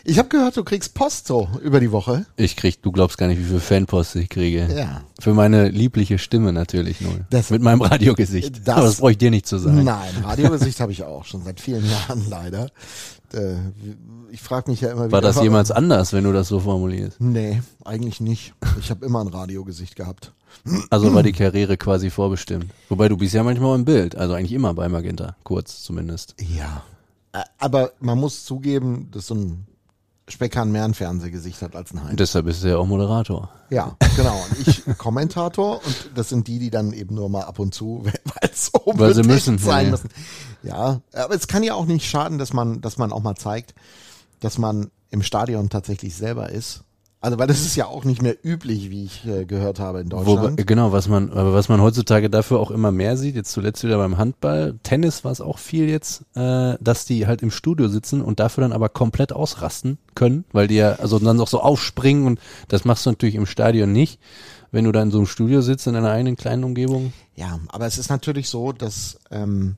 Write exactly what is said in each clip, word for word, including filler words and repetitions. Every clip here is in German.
Ich habe gehört, du kriegst Post so über die Woche. Ich krieg, du glaubst gar nicht, wie viel Fanpost ich kriege. Ja. Für meine liebliche Stimme natürlich nur. Das, Mit meinem Radiogesicht. Das, Aber das brauche ich dir nicht zu sagen. Nein, Radiogesicht habe ich auch schon seit vielen Jahren leider. Äh, ich frage mich ja immer wieder. War das jemals anders, wenn du das so formulierst? Nee, eigentlich nicht. Ich habe immer ein Radiogesicht gehabt. Also war die Karriere quasi vorbestimmt. Wobei du bist ja manchmal im Bild, also eigentlich immer bei Magenta, kurz zumindest. Ja, aber man muss zugeben, dass so ein Speckhahn mehr ein Fernsehgesicht hat als ein Heinz. Deshalb bist du ja auch Moderator. Ja, genau. Und ich Kommentator und das sind die, die dann eben nur mal ab und zu, weil es unbedingt Weil sie müssen, sein ja, müssen. Ja, aber es kann ja auch nicht schaden, dass man, dass man auch mal zeigt, dass man im Stadion tatsächlich selber ist. Also, weil das ist ja auch nicht mehr üblich, wie ich äh, gehört habe in Deutschland. Wo, genau, was man, aber was man heutzutage dafür auch immer mehr sieht, jetzt zuletzt wieder beim Handball, Tennis war es auch viel jetzt, äh, dass die halt im Studio sitzen und dafür dann aber komplett ausrasten können, weil die ja, also dann auch so aufspringen und das machst du natürlich im Stadion nicht, wenn du da in so einem Studio sitzt, in deiner eigenen kleinen Umgebung. Ja, aber es ist natürlich so, dass ähm,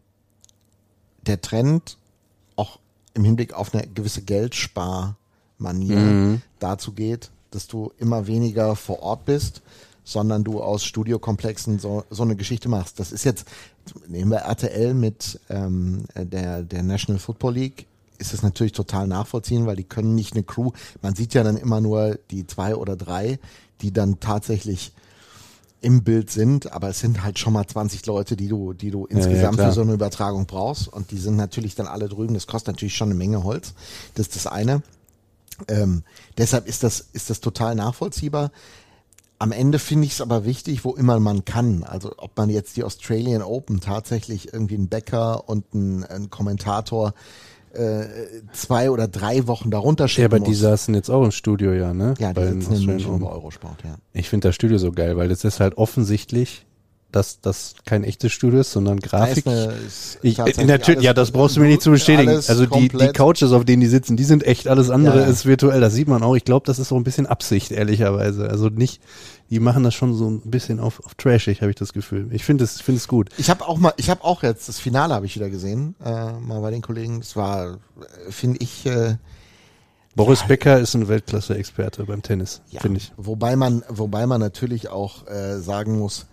der Trend auch im Hinblick auf eine gewisse Geldsparmanier mhm. dazu geht, dass du immer weniger vor Ort bist, sondern du aus Studiokomplexen so, so eine Geschichte machst. Das ist jetzt, nehmen wir R T L mit ähm, der, der National Football League, ist es natürlich total nachvollziehen, weil die können nicht eine Crew, man sieht ja dann immer nur die zwei oder drei, die dann tatsächlich im Bild sind, aber es sind halt schon mal zwanzig Leute, die du, die du insgesamt ja, ja, für so eine Übertragung brauchst und die sind natürlich dann alle drüben, das kostet natürlich schon eine Menge Holz, das ist das eine. Ähm, deshalb ist das, ist das total nachvollziehbar. Am Ende finde ich es aber wichtig, wo immer man kann. Also ob man jetzt die Australian Open tatsächlich irgendwie einen Bäcker und einen, einen Kommentator äh, zwei oder drei Wochen darunter schicken muss. Ja, aber die saßen jetzt auch im Studio, ja, ne? Ja, die bei sitzen in München bei Eurosport, ja. Ich finde das Studio so geil, weil es ist halt offensichtlich, dass das kein echtes Studio ist, sondern Grafik. Da ist eine, ist ich, in der Tür, ja, das brauchst du mir nicht zu bestätigen. Also die, die Couches, auf denen die sitzen, die sind echt, alles andere ja, ja. ist virtuell, das sieht man auch. Ich glaube, das ist so ein bisschen Absicht, ehrlicherweise. Also nicht, die machen das schon so ein bisschen auf, auf trashig, habe ich das Gefühl. Ich finde es, finde es gut. Ich habe auch mal, ich habe auch jetzt, das Finale habe ich wieder gesehen, äh, mal bei den Kollegen. Das war, finde ich, äh, Boris ja, Becker ist ein Weltklasse-Experte beim Tennis, ja, finde ich. Wobei man, wobei man natürlich auch äh, sagen muss,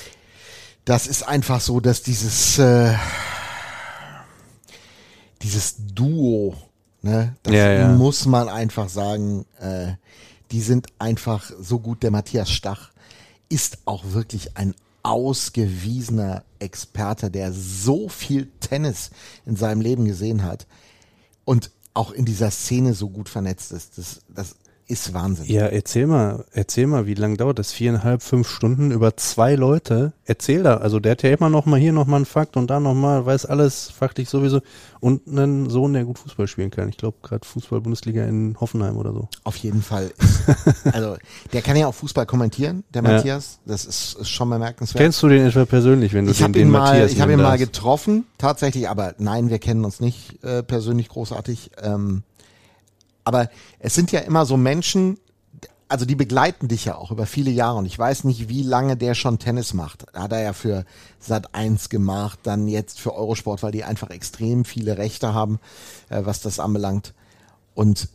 das ist einfach so, dass dieses äh, dieses Duo, ne, das ja, ja. muss man einfach sagen, äh, die sind einfach so gut. Der Matthias Stach ist auch wirklich ein ausgewiesener Experte, der so viel Tennis in seinem Leben gesehen hat und auch in dieser Szene so gut vernetzt ist. Das, das ist Wahnsinn. Ja, erzähl mal, erzähl mal, wie lange dauert das? Viereinhalb, fünf Stunden über zwei Leute? Erzähl da, also der hat ja immer noch mal hier noch mal einen Fakt und da noch mal, weiß alles fachlich sowieso und einen Sohn, der gut Fußball spielen kann. Ich glaube gerade Fußball-Bundesliga in Hoffenheim oder so. Auf jeden Fall. Ist, also der kann ja auch Fußball kommentieren, der ja. Matthias. Das ist, ist schon bemerkenswert. Kennst du den etwa persönlich, wenn du ich den, den mal, Matthias Ich habe ihn mal darfst? getroffen, tatsächlich, aber nein, wir kennen uns nicht äh, persönlich großartig. Ähm, Aber es sind ja immer so Menschen, also die begleiten dich ja auch über viele Jahre und ich weiß nicht, wie lange der schon Tennis macht. Hat er ja für Sat eins gemacht, dann jetzt für Eurosport, weil die einfach extrem viele Rechte haben, äh, was das anbelangt. Und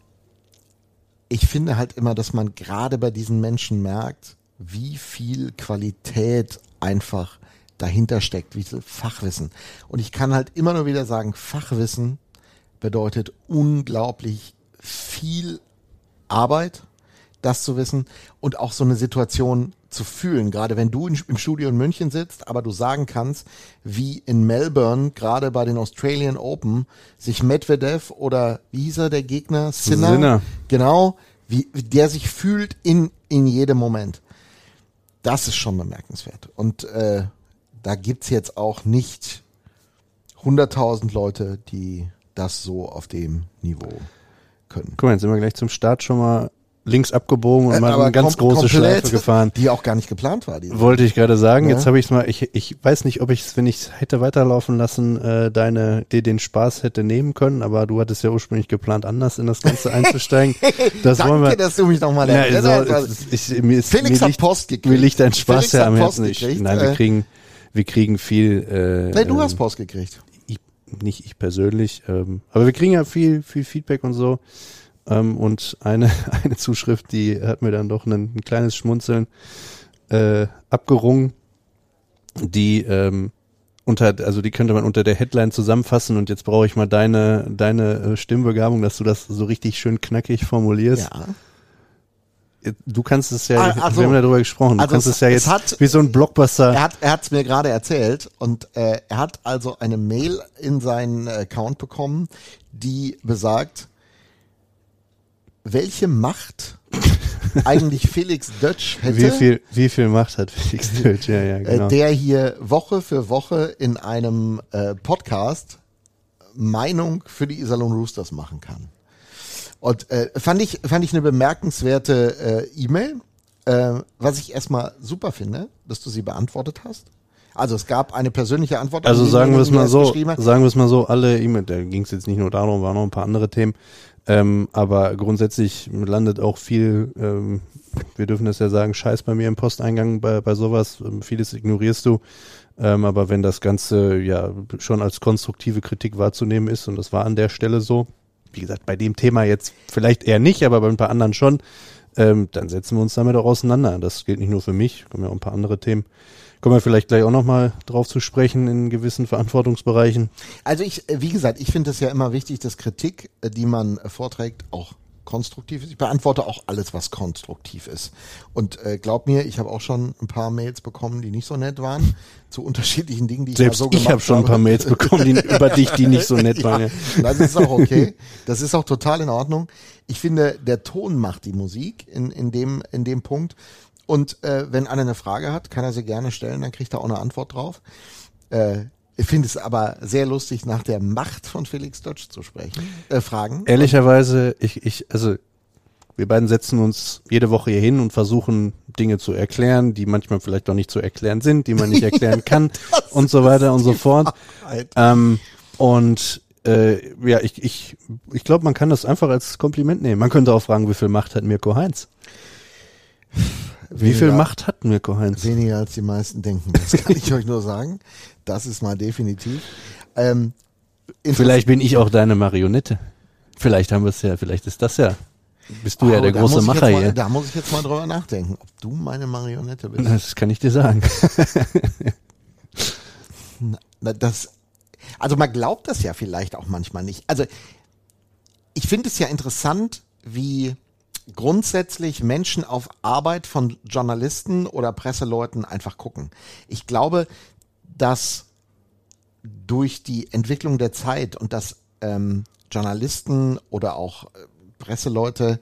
ich finde halt immer, dass man gerade bei diesen Menschen merkt, wie viel Qualität einfach dahinter steckt, wie viel Fachwissen. Und ich kann halt immer nur wieder sagen, Fachwissen bedeutet unglaublich viel Arbeit, das zu wissen und auch so eine Situation zu fühlen, gerade wenn du in, im Studio in München sitzt, aber du sagen kannst, wie in Melbourne, gerade bei den Australian Open, sich Medvedev oder wie hieß er, der Gegner? Sinner, Sinner. Genau, wie, wie der sich fühlt in, in jedem Moment. Das ist schon bemerkenswert. Und äh, da gibt's jetzt auch nicht hunderttausend Leute, die das so auf dem Niveau können. Guck mal, jetzt sind wir gleich zum Start schon mal links abgebogen und äh, mal eine ganz kom- große Schleife gefahren. Die auch gar nicht geplant war. Diese Wollte ich gerade sagen. Ja. Jetzt habe ich es mal, ich, ich weiß nicht, ob ich es, wenn ich es hätte weiterlaufen lassen, äh, deine, dir den Spaß hätte nehmen können, aber du hattest ja ursprünglich geplant, anders in das Ganze einzusteigen. Das Danke, wollen wir, dass du mich nochmal ja, erinnert also, hast. ich, ich, mir ist, Felix mir hat liegt, Post gekriegt. Mir liegt dein Spaß Felix ja hat am Post Herzen. Ich, gekriegt, nein, äh, wir kriegen, wir kriegen viel. Äh, Nee, du äh, hast Post gekriegt. nicht ich persönlich, ähm, aber wir kriegen ja viel, viel Feedback und so. Ähm, und eine, eine Zuschrift, die hat mir dann doch ein, ein kleines Schmunzeln äh, abgerungen, die ähm, unter, also die könnte man unter der Headline zusammenfassen und jetzt brauche ich mal deine, deine Stimmbegabung, dass du das so richtig schön knackig formulierst. Ja. Du kannst es ja, ah, also, wir haben ja darüber gesprochen, du also kannst es, es ja jetzt hat, wie so ein Blockbuster. Er hat er hat's mir gerade erzählt und äh, er hat also eine Mail in seinen Account bekommen, die besagt, welche Macht eigentlich Felix Dötsch hätte. Wie viel, wie viel Macht hat Felix Dötsch, ja, ja, genau. Der hier Woche für Woche in einem äh, Podcast Meinung für die Iserlohn Roosters machen kann. Und äh, fand ich fand ich eine bemerkenswerte äh, E-Mail, äh, was ich erstmal super finde, dass du sie beantwortet hast. Also es gab eine persönliche Antwort. Also sagen wir es mal so, sagen wir es mal so, alle E-Mail, da ging es jetzt nicht nur darum, waren noch ein paar andere Themen, ähm, aber grundsätzlich landet auch viel, ähm, wir dürfen das ja sagen, Scheiß bei mir im Posteingang bei bei sowas, ähm, vieles ignorierst du. Ähm, aber wenn das Ganze ja schon als konstruktive Kritik wahrzunehmen ist und das war an der Stelle so, wie gesagt, bei dem Thema jetzt vielleicht eher nicht, aber bei ein paar anderen schon, ähm, dann setzen wir uns damit auch auseinander. Das gilt nicht nur für mich, kommen ja auch ein paar andere Themen. Kommen wir vielleicht gleich auch nochmal drauf zu sprechen in gewissen Verantwortungsbereichen. Also ich, wie gesagt, ich finde es ja immer wichtig, dass Kritik, die man vorträgt, auch konstruktiv ist. Ich beantworte auch alles, was konstruktiv ist. Und äh, glaub mir, ich habe auch schon ein paar Mails bekommen, die nicht so nett waren, zu unterschiedlichen Dingen, die ich Selbst mal so ich gemacht habe. Ich habe schon ein paar Mails bekommen, die, über dich, die nicht so nett waren. Ja, das ist auch okay. Das ist auch total in Ordnung. Ich finde, der Ton macht die Musik in, in, dem, in dem Punkt. Und äh, wenn einer eine Frage hat, kann er sie gerne stellen, dann kriegt er auch eine Antwort drauf. Äh, Ich finde es aber sehr lustig, nach der Macht von Felix Dötsch zu sprechen, äh, fragen. Ehrlicherweise, ich, ich, also wir beiden setzen uns jede Woche hier hin und versuchen Dinge zu erklären, die manchmal vielleicht auch nicht zu erklären sind, die man nicht erklären kann und so weiter und so fort. Ähm, und äh, ja, ich, ich, ich glaube, man kann das einfach als Kompliment nehmen. Man könnte auch fragen, wie viel Macht hat Mirko Heinz? Wie weniger, viel Macht hat Mirko Heinz? Weniger als die meisten denken, das kann ich euch nur sagen. Das ist mal definitiv. Ähm, vielleicht bin ich auch deine Marionette. Vielleicht haben wir es ja, vielleicht ist das ja. Bist du oh, ja der große Macher mal, hier. Da muss ich jetzt mal drüber nachdenken, ob du meine Marionette bist. Das kann ich dir sagen. Na, das, also man glaubt das ja vielleicht auch manchmal nicht. Also ich finde es ja interessant, wie grundsätzlich Menschen auf Arbeit von Journalisten oder Presseleuten einfach gucken. Ich glaube, dass durch die Entwicklung der Zeit und dass ähm, Journalisten oder auch äh, Presseleute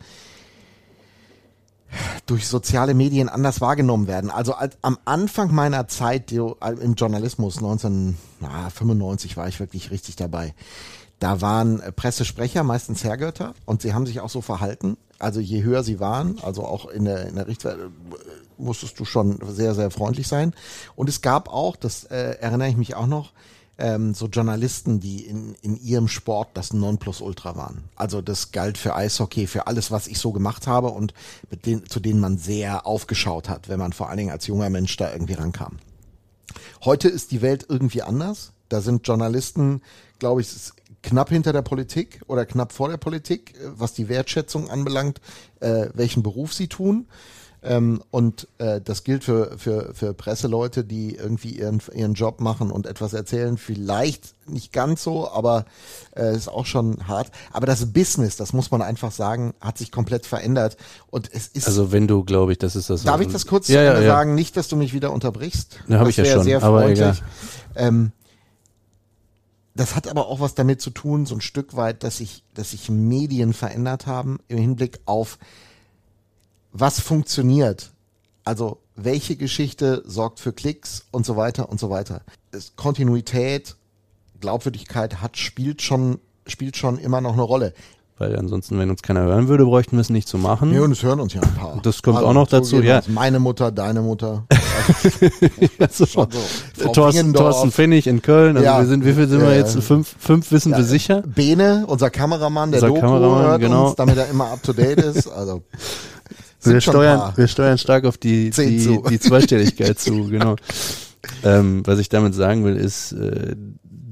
durch soziale Medien anders wahrgenommen werden. Also als, am Anfang meiner Zeit die, im Journalismus, neunzehnhundertfünfundneunzig war ich wirklich richtig dabei. Da waren Pressesprecher meistens Herrgötter und sie haben sich auch so verhalten. Also je höher sie waren, also auch in der, in der Richtwerte, musstest du schon sehr, sehr freundlich sein. Und es gab auch, das äh, erinnere ich mich auch noch, ähm, so Journalisten, die in, in ihrem Sport das Nonplusultra waren. Also das galt für Eishockey, für alles, was ich so gemacht habe und mit denen, zu denen man sehr aufgeschaut hat, wenn man vor allen Dingen als junger Mensch da irgendwie rankam. Heute ist die Welt irgendwie anders. Da sind Journalisten, glaube ich, knapp hinter der Politik oder knapp vor der Politik, was die Wertschätzung anbelangt, äh, welchen Beruf sie tun. Ähm, und äh, das gilt für, für, für Presseleute, die irgendwie ihren, ihren Job machen und etwas erzählen. Vielleicht nicht ganz so, aber äh, ist auch schon hart. Aber das Business, das muss man einfach sagen, hat sich komplett verändert. Und es ist. Also wenn du, glaube ich, das ist das. Darf ich das kurz ja, ja, ja. sagen? Nicht, dass du mich wieder unterbrichst. Ja, habe ich ja schon. Sehr aber freundlich. egal. Ähm, Das hat aber auch was damit zu tun, so ein Stück weit, dass sich, dass sich Medien verändert haben im Hinblick auf, was funktioniert. Also, welche Geschichte sorgt für Klicks und so weiter und so weiter. Es, Kontinuität, Glaubwürdigkeit hat, spielt schon, spielt schon immer noch eine Rolle. Weil ansonsten, wenn uns keiner hören würde, bräuchten wir es nicht zu machen. Ja, und es hören uns ja ein paar. Das kommt also, auch noch dazu, ja. Das. Meine Mutter, deine Mutter. Also, so. So. Thorsten, Thorsten Pfennig in Köln. Also ja. wir sind, wie viel sind wir jetzt? Fünf, fünf wissen ja. wir sicher. Bene, unser Kameramann, der unser Doku Kameramann, hört genau. uns, damit er immer up to date ist. Also wir steuern, wir steuern stark auf die, die, die Zweistelligkeit zu, genau. Ähm, was ich damit sagen will, ist, äh,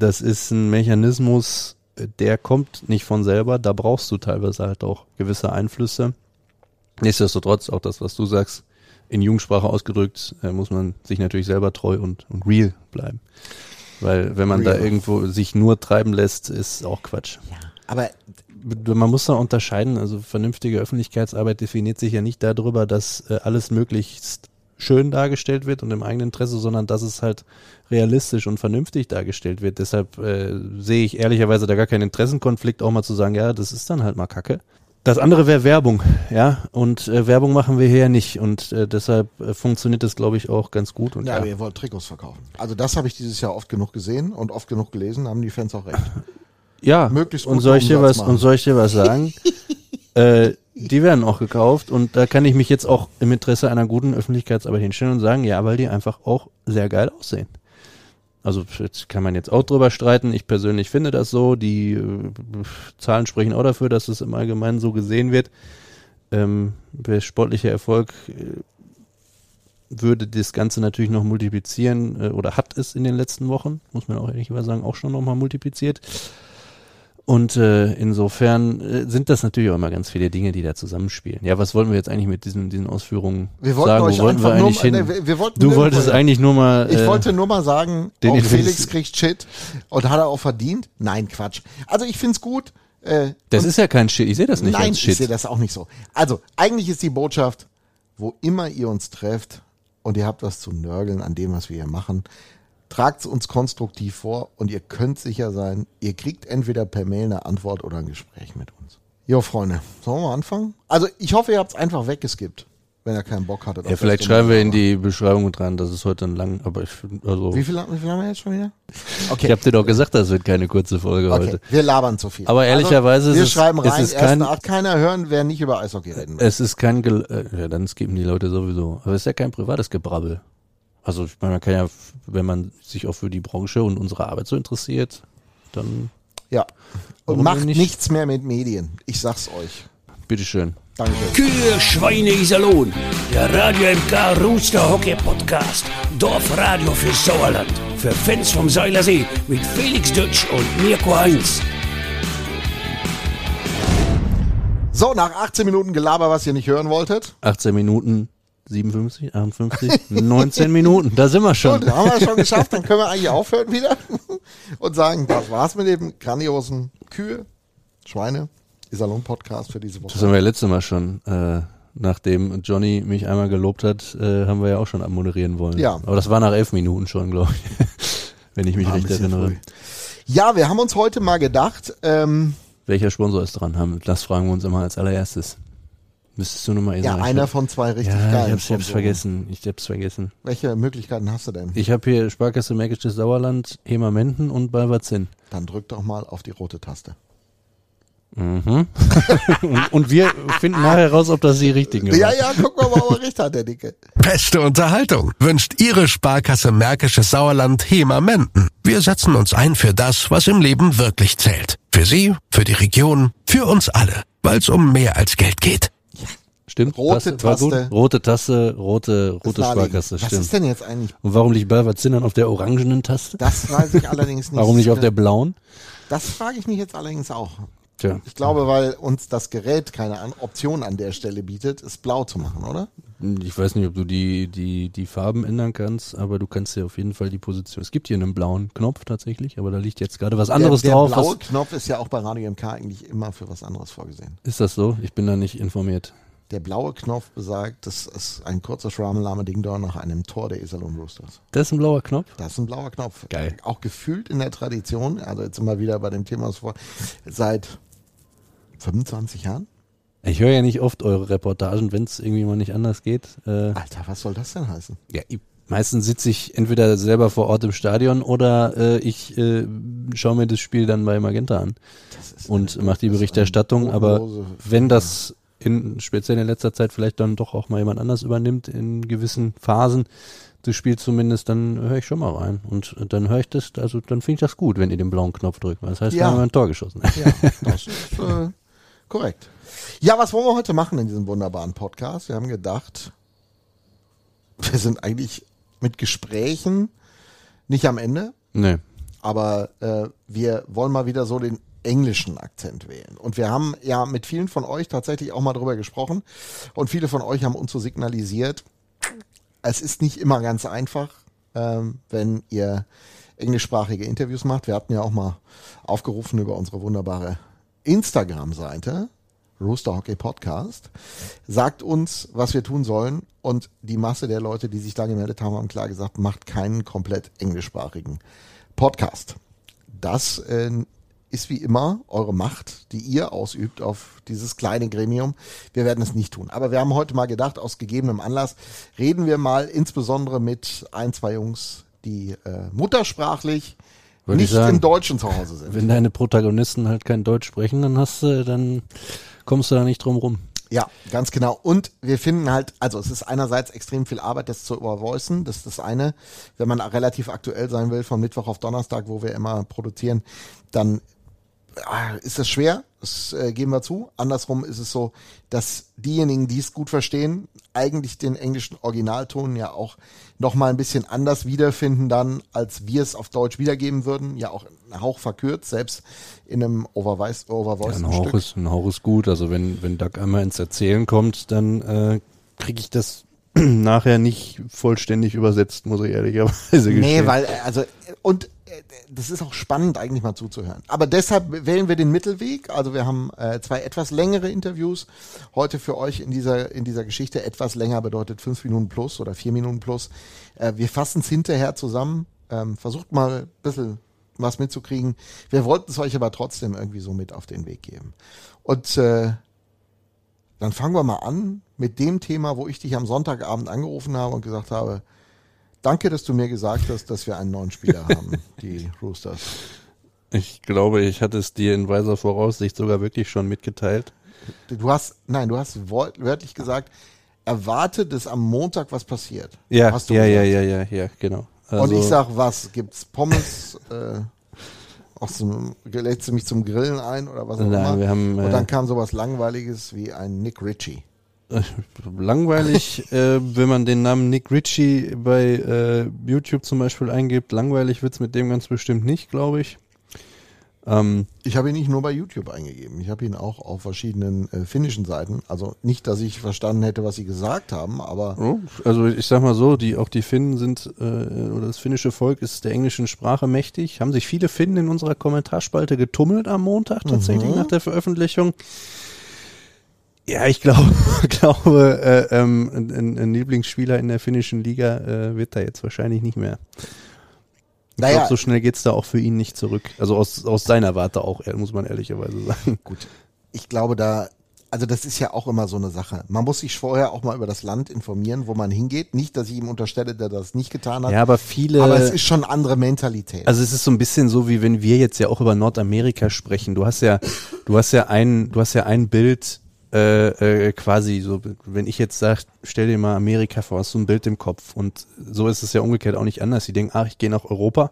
das ist ein Mechanismus, der kommt nicht von selber, da brauchst du teilweise halt auch gewisse Einflüsse. Nichtsdestotrotz, auch das, was du sagst, in Jugendsprache ausgedrückt, äh, muss man sich natürlich selber treu und, und real bleiben. Weil wenn man real. da irgendwo sich nur treiben lässt, ist auch Quatsch. Ja, aber man muss da unterscheiden, also vernünftige Öffentlichkeitsarbeit definiert sich ja nicht darüber, dass äh, alles möglichst schön dargestellt wird und im eigenen Interesse, sondern dass es halt realistisch und vernünftig dargestellt wird. Deshalb äh, sehe ich ehrlicherweise da gar keinen Interessenkonflikt, auch mal zu sagen, ja, das ist dann halt mal Kacke. Das andere wäre Werbung, ja, und äh, Werbung machen wir hier ja nicht und äh, deshalb äh, funktioniert das, glaube ich, auch ganz gut. Und ja, ja, aber ihr wollt Trikots verkaufen. Also das habe ich dieses Jahr oft genug gesehen und oft genug gelesen, haben die Fans auch recht. Ja, möglichst und solche was machen. und solche was sagen, äh, die werden auch gekauft und da kann ich mich jetzt auch im Interesse einer guten Öffentlichkeitsarbeit hinstellen und sagen, ja, weil die einfach auch sehr geil aussehen. Also jetzt kann man jetzt auch drüber streiten. Ich persönlich finde das so. Die äh, Zahlen sprechen auch dafür, dass es im Allgemeinen so gesehen wird. Ähm, der sportliche Erfolg äh, würde das Ganze natürlich noch multiplizieren äh, oder hat es in den letzten Wochen, muss man auch ehrlicherweise sagen, auch schon nochmal multipliziert. Und äh, insofern äh, sind das natürlich auch immer ganz viele Dinge, die da zusammenspielen. Ja, was wollten wir jetzt eigentlich mit diesen, diesen Ausführungen wir wollten sagen? Euch Wo wollten wir eigentlich nur, hin? Nee, wir wollten du wolltest eigentlich nur mal... Ich äh, wollte nur mal sagen, den auch Invest- Felix kriegt Shit und hat er auch verdient. Nein, Quatsch. Also ich find's gut. Äh, das ist ja kein Shit, ich sehe das nicht nein, als Shit. ich sehe das auch nicht so. Also eigentlich ist die Botschaft, wo immer ihr uns trefft und ihr habt was zu nörgeln an dem, was wir hier machen, tragt es uns konstruktiv vor und ihr könnt sicher sein, ihr kriegt entweder per Mail eine Antwort oder ein Gespräch mit uns. Jo, Freunde, sollen wir mal anfangen? Also ich hoffe, ihr habt es einfach weggeskippt, wenn ihr keinen Bock hattet. Ja, vielleicht schreiben wir in die Beschreibung mit rein, dass es heute ein lang, aber ich finde, also... Wie viel, wie viel haben wir jetzt schon wieder? Okay. Ich habe dir doch gesagt, das wird keine kurze Folge Okay, heute. wir labern zu viel. Aber ehrlicherweise also, wir ist es, schreiben rein, es ist erste kein, Art, keiner hören, wer nicht über Eishockey reden will. es ist kein, Gel äh, ja, dann skippen die Leute sowieso. Aber es ist ja kein privates Gebrabbel. Also ich meine, man kann ja, wenn man sich auch für die Branche und unsere Arbeit so interessiert, dann Ja. Und Warum macht denn nicht? nichts mehr mit Medien. Ich sag's euch. bitteschön. Dankeschön. Kühe, Schweine, Iserlohn. Der Radio M K Rooster Hockey Podcast. Dorfradio für Sauerland. Für Fans vom Seilersee mit Felix Dutsch und Mirko Heinz. So, nach achtzehn Minuten Gelaber, was ihr nicht hören wolltet. achtzehn Minuten, siebenundfünfzig, achtundfünfzig, neunzehn Minuten, da sind wir schon. Gut, haben wir schon geschafft, dann können wir eigentlich aufhören wieder und sagen, das war's mit dem grandiosen Kühe, Schweine, Iserlohn-Podcast für diese Das Woche. haben wir ja letztes Mal schon, äh, nachdem Johnny mich einmal gelobt hat, äh, haben wir ja auch schon abmoderieren wollen. Ja. Aber das war nach elf Minuten schon, glaube ich, wenn ich mich War ein recht bisschen erinnere. früh. Ja, wir haben uns heute mal gedacht, ähm, Welcher Sponsor ist dran? Haben, das fragen wir uns immer als allererstes. Müsstest du nochmal ja, sagen. einer von zwei richtig ja, geilen ich hab's, ich hab's Sponsoren. vergessen. Ich hab's vergessen. Welche Möglichkeiten hast du denn? Ich habe hier Sparkasse Märkisches Sauerland, Hema Menden und Balverzin. Dann drück doch mal auf die rote Taste. Mhm. und, und wir finden nachher raus, ob das die richtigen Ja, waren. ja, guck mal, ob er recht hat, der Dicke. Beste Unterhaltung wünscht Ihre Sparkasse Märkisches Sauerland Hema Menden. Wir setzen uns ein für das, was im Leben wirklich zählt. Für Sie, für die Region, für uns alle, weil es um mehr als Geld geht. Stimmt. Rote passt, war gut. Taste. Rote Tasse, rote, rote Das naheliegend. Sparkasse, Was stimmt. ist denn jetzt eigentlich? Und warum liegt Balverzin dann auf der orangenen Taste? Das weiß ich allerdings nicht. Warum nicht auf der blauen? Das frage ich mich jetzt allerdings auch. Tja. Ich glaube, weil uns das Gerät keine An- Option an der Stelle bietet, es blau zu machen, oder? Ich weiß nicht, ob du die, die, die Farben ändern kannst, aber du kannst ja auf jeden Fall die Position. Es gibt hier einen blauen Knopf tatsächlich, aber da liegt jetzt gerade was anderes der, der drauf. blaue Was, Knopf ist ja auch bei Radio M K eigentlich immer für was anderes vorgesehen. ist das so? Ich bin da nicht informiert. Der blaue Knopf besagt, das ist ein kurzer Schrammelame Ding Dong nach einem Tor der Iserlohn Roosters. Das ist ein blauer Knopf? Das ist ein blauer Knopf. Geil. Auch gefühlt in der Tradition, also jetzt immer wieder bei dem Thema vor, seit fünfundzwanzig Jahren. Ich höre ja nicht oft eure Reportagen, wenn es irgendwie mal nicht anders geht. Äh, Alter, was soll das denn heißen? ja, ich, meistens sitze ich entweder selber vor Ort im Stadion oder äh, ich äh, schaue mir das Spiel dann bei Magenta an Das ist und eine- mache die das ist Berichterstattung. eine Aber bodenlose- wenn das in, speziell in letzter Zeit vielleicht dann doch auch mal jemand anders übernimmt in gewissen Phasen des Spiels zumindest, dann höre ich schon mal rein. Und dann höre ich das, also dann finde ich das gut, wenn ihr den blauen Knopf drückt. Weil das heißt, Ja. wir haben ein Tor geschossen. Ja, das ist äh, korrekt. Ja, was wollen wir heute machen in diesem wunderbaren Podcast? Wir haben gedacht, wir sind eigentlich mit Gesprächen nicht am Ende, Nee. aber äh, wir wollen mal wieder so den englischen Akzent wählen. Und wir haben ja mit vielen von euch tatsächlich auch mal drüber gesprochen und viele von euch haben uns so signalisiert, es ist nicht immer ganz einfach, ähm, wenn ihr englischsprachige Interviews macht. Wir hatten ja auch mal aufgerufen über unsere wunderbare Instagram-Seite, Rooster Hockey Podcast. Sagt uns, was wir tun sollen. Und die Masse der Leute, die sich da gemeldet haben, haben klar gesagt, macht keinen komplett englischsprachigen Podcast. Das äh, ist wie immer eure Macht, die ihr ausübt auf dieses kleine Gremium. Wir werden es nicht tun. Aber wir haben heute mal gedacht, aus gegebenem Anlass reden wir mal insbesondere mit ein, zwei Jungs, die äh, muttersprachlich Würde nicht ich sagen, im Deutschen zu Hause sind. Wenn deine Protagonisten halt kein Deutsch sprechen, dann hast du, dann kommst du da nicht drum rum. Ja, ganz genau. Und wir finden halt, also es ist einerseits extrem viel Arbeit, das zu übervoicen. Das ist das eine. Wenn man relativ aktuell sein will, von Mittwoch auf Donnerstag, wo wir immer produzieren, dann ah, ist das schwer. Das äh, geben wir zu. Andersrum ist es so, dass diejenigen, die es gut verstehen, eigentlich den englischen Originalton ja auch nochmal ein bisschen anders wiederfinden dann, als wir es auf Deutsch wiedergeben würden. Ja auch ein Hauch verkürzt, selbst in einem Overvoice, Overvoice Ja, ein, Hauch Stück. ist, ein Hauch ist gut. Also wenn, wenn Doug einmal ins Erzählen kommt, dann äh, kriege ich das nachher nicht vollständig übersetzt, muss ich ehrlicherweise gestehen. Nee, weil, also, und äh, das ist auch spannend eigentlich mal zuzuhören. Aber deshalb wählen wir den Mittelweg. Also wir haben äh, zwei etwas längere Interviews heute für euch in dieser in dieser Geschichte. Etwas länger bedeutet fünf Minuten plus oder vier Minuten plus. Äh, wir fassen es hinterher zusammen. Ähm, versucht mal ein bisschen was mitzukriegen. Wir wollten es euch aber trotzdem irgendwie so mit auf den Weg geben. Und äh, dann fangen wir mal an mit dem Thema, wo ich dich am Sonntagabend angerufen habe und gesagt habe, danke, dass du mir gesagt hast, dass wir einen neuen Spieler haben, die Roosters. Ich glaube, ich hatte es dir in weiser Voraussicht sogar wirklich schon mitgeteilt. Du hast, nein, du hast wörtlich gesagt, erwarte, dass am Montag was passiert. Ja, hast du ja, ja, gesagt. ja, ja, ja, genau. Also, Und ich sag, was? Gibt's Pommes? äh, aus dem, lädst du mich zum Grillen ein oder was auch Nein, immer? wir haben, Und äh, dann kam sowas Langweiliges wie ein Nick Ritchie. langweilig, äh, wenn man den Namen Nick Ritchie bei äh, YouTube zum Beispiel eingibt, langweilig wird's mit dem ganz bestimmt nicht, glaube ich. Ähm, Ich habe ihn nicht nur bei YouTube eingegeben, ich habe ihn auch auf verschiedenen äh, finnischen Seiten. Also nicht, dass ich verstanden hätte, was sie gesagt haben, aber oh, also ich sag mal so, die auch die Finnen sind, äh, oder das finnische Volk ist der englischen Sprache mächtig. Haben sich viele Finnen in unserer Kommentarspalte getummelt am Montag tatsächlich Mhm. nach der Veröffentlichung. Ja, ich glaube, glaube, äh, ähm, ein, ein Lieblingsspieler in der finnischen Liga äh, wird da jetzt wahrscheinlich nicht mehr. Ich naja, glaube, so schnell geht's da auch für ihn nicht zurück. Also aus, aus seiner Warte auch, muss man ehrlicherweise sagen. gut. Ich glaube da, also das ist ja auch immer so eine Sache. Man muss sich vorher auch mal über das Land informieren, wo man hingeht. Nicht, dass ich ihm unterstelle, der das nicht getan hat. Ja, aber viele. aber es ist schon eine andere Mentalität. Also es ist so ein bisschen so, wie wenn wir jetzt ja auch über Nordamerika sprechen. Du hast ja, du hast ja ein, du hast ja ein Bild, äh, äh, quasi so, wenn ich jetzt sage, stell dir mal Amerika vor, hast du ein Bild im Kopf. Und so ist es ja umgekehrt auch nicht anders. Die denken, ach, ich gehe nach Europa.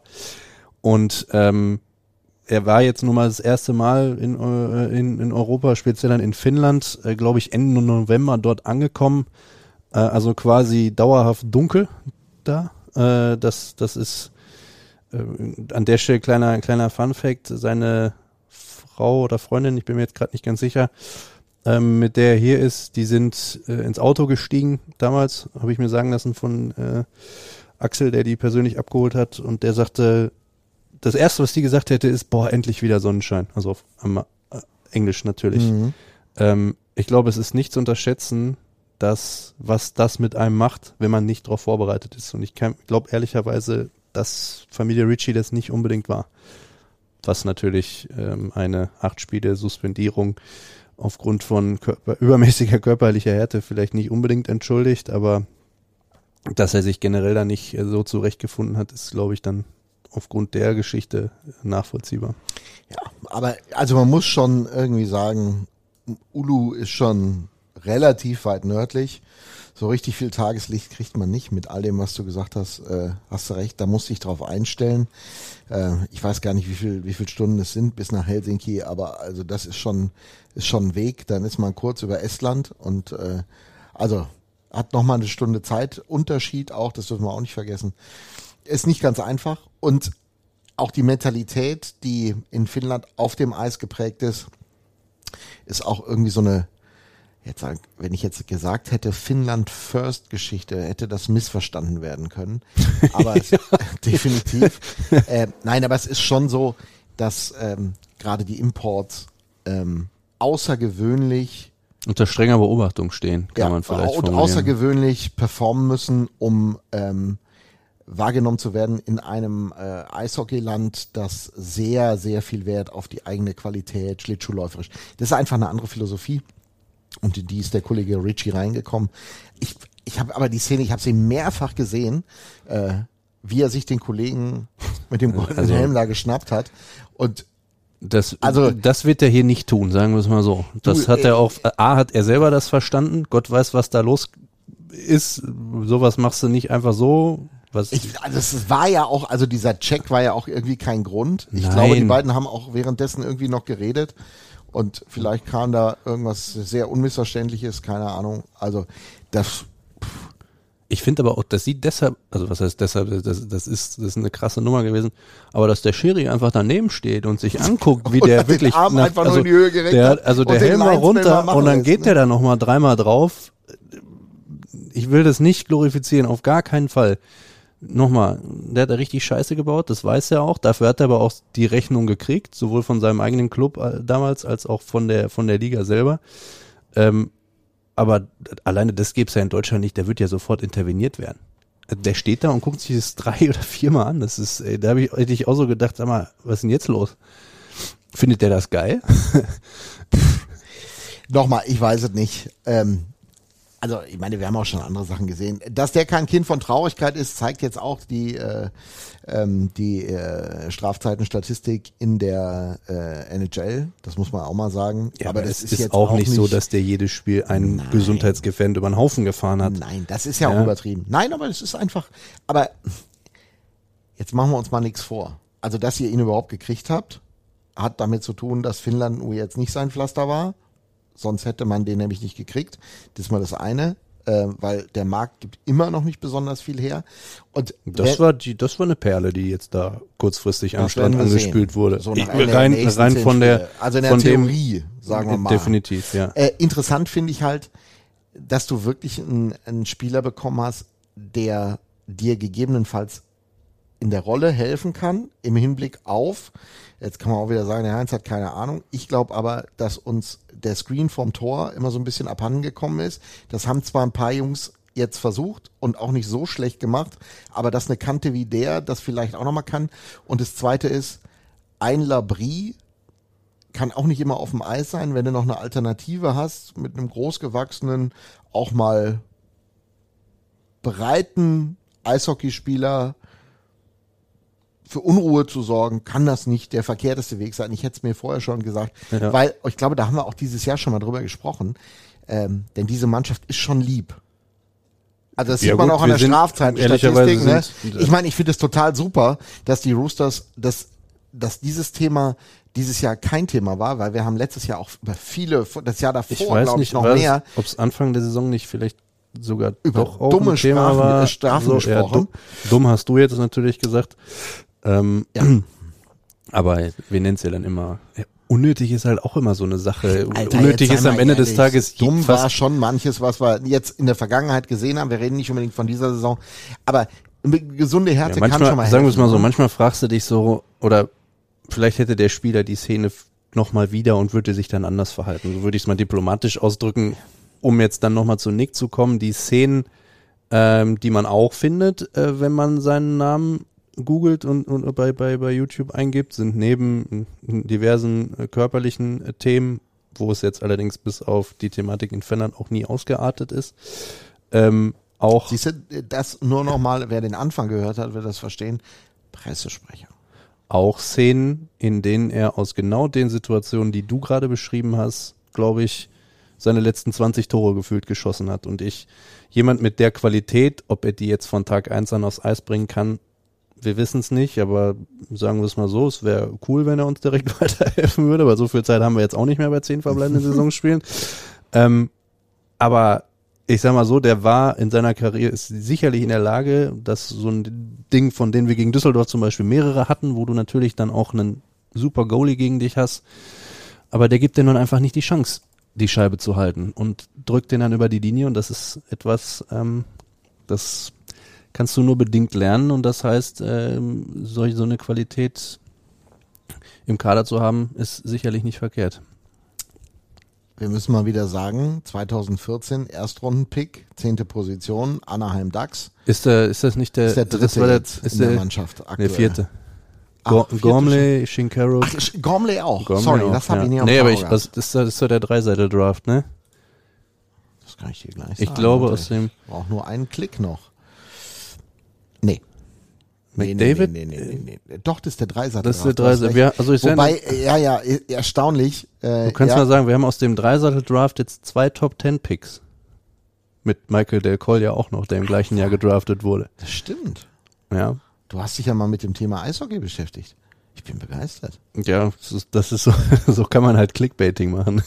Und ähm, er war jetzt nun mal das erste Mal in, äh, in, in Europa, speziell dann in Finnland, äh, glaube ich Ende November dort angekommen. Äh, also quasi dauerhaft dunkel da. Äh, das, das ist äh, an der Stelle kleiner, kleiner Fun-Fact, seine Frau oder Freundin, ich bin mir jetzt gerade nicht ganz sicher, ähm, mit der er hier ist, die sind äh, ins Auto gestiegen damals, habe ich mir sagen lassen von äh, Axel, der die persönlich abgeholt hat, und der sagte, das erste, was die gesagt hätte, ist, boah, endlich wieder Sonnenschein. Also auf am, äh, Englisch natürlich. Mhm. Ähm, ich glaube, es ist nicht zu unterschätzen, dass, was das mit einem macht, wenn man nicht darauf vorbereitet ist. Und ich glaube ehrlicherweise, dass Familie Ritchie das nicht unbedingt war. Was natürlich ähm, eine acht Spiele Suspendierung aufgrund von Körper, übermäßiger körperlicher Härte vielleicht nicht unbedingt entschuldigt, aber dass er sich generell da nicht äh, so zurechtgefunden hat, ist, glaube ich, dann aufgrund der Geschichte nachvollziehbar. Ja, aber also man muss schon irgendwie sagen, Ulu ist schon relativ weit nördlich. So richtig viel Tageslicht kriegt man nicht. Mit all dem, was du gesagt hast, äh, hast du recht, da musst du dich drauf einstellen. Äh, ich weiß gar nicht, wie viel, wie viel Stunden es sind bis nach Helsinki, aber also das ist schon, ist schon ein Weg. Dann ist man kurz über Estland und äh, also hat nochmal eine Stunde Zeitunterschied auch, das dürfen wir auch nicht vergessen. Ist nicht ganz einfach und auch die Mentalität, die in Finnland auf dem Eis geprägt ist, ist auch irgendwie so eine, jetzt sagen, wenn ich jetzt gesagt hätte, Finnland First Geschichte, hätte das missverstanden werden können. Aber es, definitiv. Äh, nein, aber es ist schon so, dass ähm, gerade die Imports ähm, außergewöhnlich unter strenger Beobachtung stehen, kann ja, man vielleicht und formulieren. außergewöhnlich performen müssen, um ähm, wahrgenommen zu werden in einem äh, Eishockeyland, das sehr, sehr viel Wert auf die eigene Qualität, schlittschuhläuferisch. Das ist einfach eine andere Philosophie. Und in die ist der Kollege Ritchie reingekommen. Ich, ich habe aber die Szene, ich habe sie mehrfach gesehen, äh, wie er sich den Kollegen mit dem goldenen Also, Helm da geschnappt hat. Und Das, Also- das wird er hier nicht tun, sagen wir es mal so. Das Du, hat äh, er auch, A, hat er selber das verstanden. Gott weiß, was da los ist. Sowas machst du nicht einfach so. Was Ich, also es war ja auch, also dieser Check war ja auch irgendwie kein Grund. Ich Nein. glaube, die beiden haben auch währenddessen irgendwie noch geredet und vielleicht kam da irgendwas sehr Unmissverständliches, keine Ahnung. Also das, Ich finde aber auch, dass sie deshalb, also was heißt deshalb, das, das ist, das ist eine krasse Nummer gewesen, aber dass der Schiri einfach daneben steht und sich anguckt, wie Und der hat den wirklich Arm nach, einfach nur also in die Höhe gereckt der, hat also und der den Helm war Linesman mal runter machen und dann lässt, geht ne? der da nochmal dreimal drauf. Ich will das nicht glorifizieren, auf gar keinen Fall. Nochmal, der hat da richtig Scheiße gebaut, das weiß er auch. Dafür hat er aber auch die Rechnung gekriegt, sowohl von seinem eigenen Club äh, damals als auch von der von der Liga selber. Ähm, aber alleine das gäbe es ja in Deutschland nicht, der wird ja sofort interveniert werden. Der steht da und guckt sich das drei oder viermal an. Das ist, ey, da habe ich, hätte ich auch so gedacht, sag mal, was ist denn jetzt los? Findet der das geil? nochmal, ich weiß es nicht. Ähm, also ich meine, wir haben auch schon andere Sachen gesehen. Dass der kein Kind von Traurigkeit ist, zeigt jetzt auch die äh, ähm, die äh, Strafzeitenstatistik in der äh, N H L. Das muss man auch mal sagen. Ja, aber das es ist, jetzt auch nicht so, dass der jedes Spiel einen Nein. Gesundheitsgefährden über den Haufen gefahren hat. Nein, das ist ja auch Ja. übertrieben. Nein, aber das ist einfach. Aber jetzt machen wir uns mal nichts vor. Also, dass ihr ihn überhaupt gekriegt habt, hat damit zu tun, dass Finnland nur jetzt nicht sein Pflaster war. Sonst hätte man den nämlich nicht gekriegt. Das ist mal das eine, äh, weil der Markt gibt immer noch nicht besonders viel her. Und Das wenn- war die, das war eine Perle, die jetzt da kurzfristig am Das Strand werden wir angespült sehen. wurde. So Ich, nach Ende der rein nächsten rein zehn von der, Spiele. Also in der von Theorie, dem, sagen wir mal. Definitiv, ja. Äh, interessant finde ich halt, dass du wirklich einen, einen Spieler bekommen hast, der dir gegebenenfalls in der Rolle helfen kann, im Hinblick auf, jetzt kann man auch wieder sagen, der Heinz hat keine Ahnung, ich glaube aber, dass uns der Screen vom Tor immer so ein bisschen abhanden gekommen ist. Das haben zwar ein paar Jungs jetzt versucht und auch nicht so schlecht gemacht, aber dass eine Kante wie der das vielleicht auch nochmal kann. Und das Zweite ist, ein Labrie kann auch nicht immer auf dem Eis sein, wenn du noch eine Alternative hast, mit einem großgewachsenen, auch mal breiten Eishockeyspieler für Unruhe zu sorgen, kann das nicht der verkehrteste Weg sein. Ich hätte es mir vorher schon gesagt, Ja. weil ich glaube, da haben wir auch dieses Jahr schon mal drüber gesprochen, ähm, denn diese Mannschaft ist schon lieb. Also das Ja sieht man gut, auch an wir der sind- Strafzeitenstatistik. ehrlicherweise Ne? sind- Ich meine, ich finde es total super, dass die Roosters, dass, dass dieses Thema dieses Jahr kein Thema war, weil wir haben letztes Jahr auch über viele, das Jahr Ich davor, weiß glaube nicht, ich, noch mehr ob es Anfang der Saison nicht vielleicht sogar über doch auch dumme ein Thema Strafen, war. äh, Strafen ja, gesprochen. dumm, dumm hast du jetzt natürlich gesagt. Ähm, Ja. Aber wir nennen es ja dann immer. Ja, unnötig ist halt auch immer so eine Sache. Alter, unnötig jetzt sei ist am mal Ende des ehrlich, Tages dumm fast war schon manches, was wir jetzt in der Vergangenheit gesehen haben. Wir reden nicht unbedingt von dieser Saison, aber eine gesunde Härte Ja, kann manchmal, schon mal helfen. sagen wir es mal so, ne? manchmal fragst du dich so, oder vielleicht hätte der Spieler die Szene nochmal wieder und würde sich dann anders verhalten. So würde ich es mal diplomatisch ausdrücken, um jetzt dann nochmal zu Nick zu kommen. Die Szenen, ähm, die man auch findet, äh, wenn man seinen Namen googelt und, und bei, bei, bei YouTube eingibt, sind neben diversen äh, körperlichen äh, Themen, wo es jetzt allerdings bis auf die Thematik in Finnland auch nie ausgeartet ist, ähm, auch Siehst du, das nur noch mal, wer den Anfang gehört hat, wird das verstehen. Pressesprecher. auch Szenen, in denen er aus genau den Situationen, die du gerade beschrieben hast, glaube ich, seine letzten zwanzig Tore gefühlt geschossen hat. Und ich, jemand mit der Qualität, ob er die jetzt von Tag eins an aufs Eis bringen kann, wir wissen es nicht, aber sagen wir es mal so, es wäre cool, wenn er uns direkt weiterhelfen würde, weil so viel Zeit haben wir jetzt auch nicht mehr bei zehn verbleibenden Saisonspielen. Ähm, aber ich sag mal so, der war in seiner Karriere, ist sicherlich in der Lage, dass so ein Ding, von denen wir gegen Düsseldorf zum Beispiel mehrere hatten, wo du natürlich dann auch einen super Goalie gegen dich hast, aber der gibt dir nun einfach nicht die Chance, die Scheibe zu halten und drückt den dann über die Linie und das ist etwas, ähm, das kannst du nur bedingt lernen und das heißt, ähm, solch, so eine Qualität im Kader zu haben, ist sicherlich nicht verkehrt. Wir müssen mal wieder sagen, zwanzig vierzehn Erstrundenpick, zehnte Position, Anaheim Ducks. Ist, der, ist das nicht der, ist der dritte das war der, jetzt ist in der, der Mannschaft aktuell? Der vierte. Ach, Go- vierte Gormley, Shinkaro. Ach, Gormley auch. Gormley Sorry, auch, das habe ja. ich nicht auf Nee, dem aber Auge ich, gehabt. was, das ist, das ist so der Dreiseitel-Draft, ne? Das kann ich dir gleich sagen. Ich glaube Warte, aus dem ich brauche nur einen Klick noch. Nee. Nee, McDavid? Nee, nee, nee, nee, nee. Doch, das ist der Dreiseitel. Das ist der Dreiseitel. Wir, also ich Wobei, äh, ja, ja, äh, erstaunlich. Äh, Du kannst ja, mal sagen, wir haben aus dem Dreiseitel-Draft jetzt zwei Top-Ten-Picks. Mit Michael Del Coll ja auch noch, der im gleichen Jahr gedraftet wurde. Das stimmt. Ja. Du hast dich ja mal mit dem Thema Eishockey beschäftigt. Ich bin begeistert. Ja, das ist, das ist so, so kann man halt Clickbaiting machen.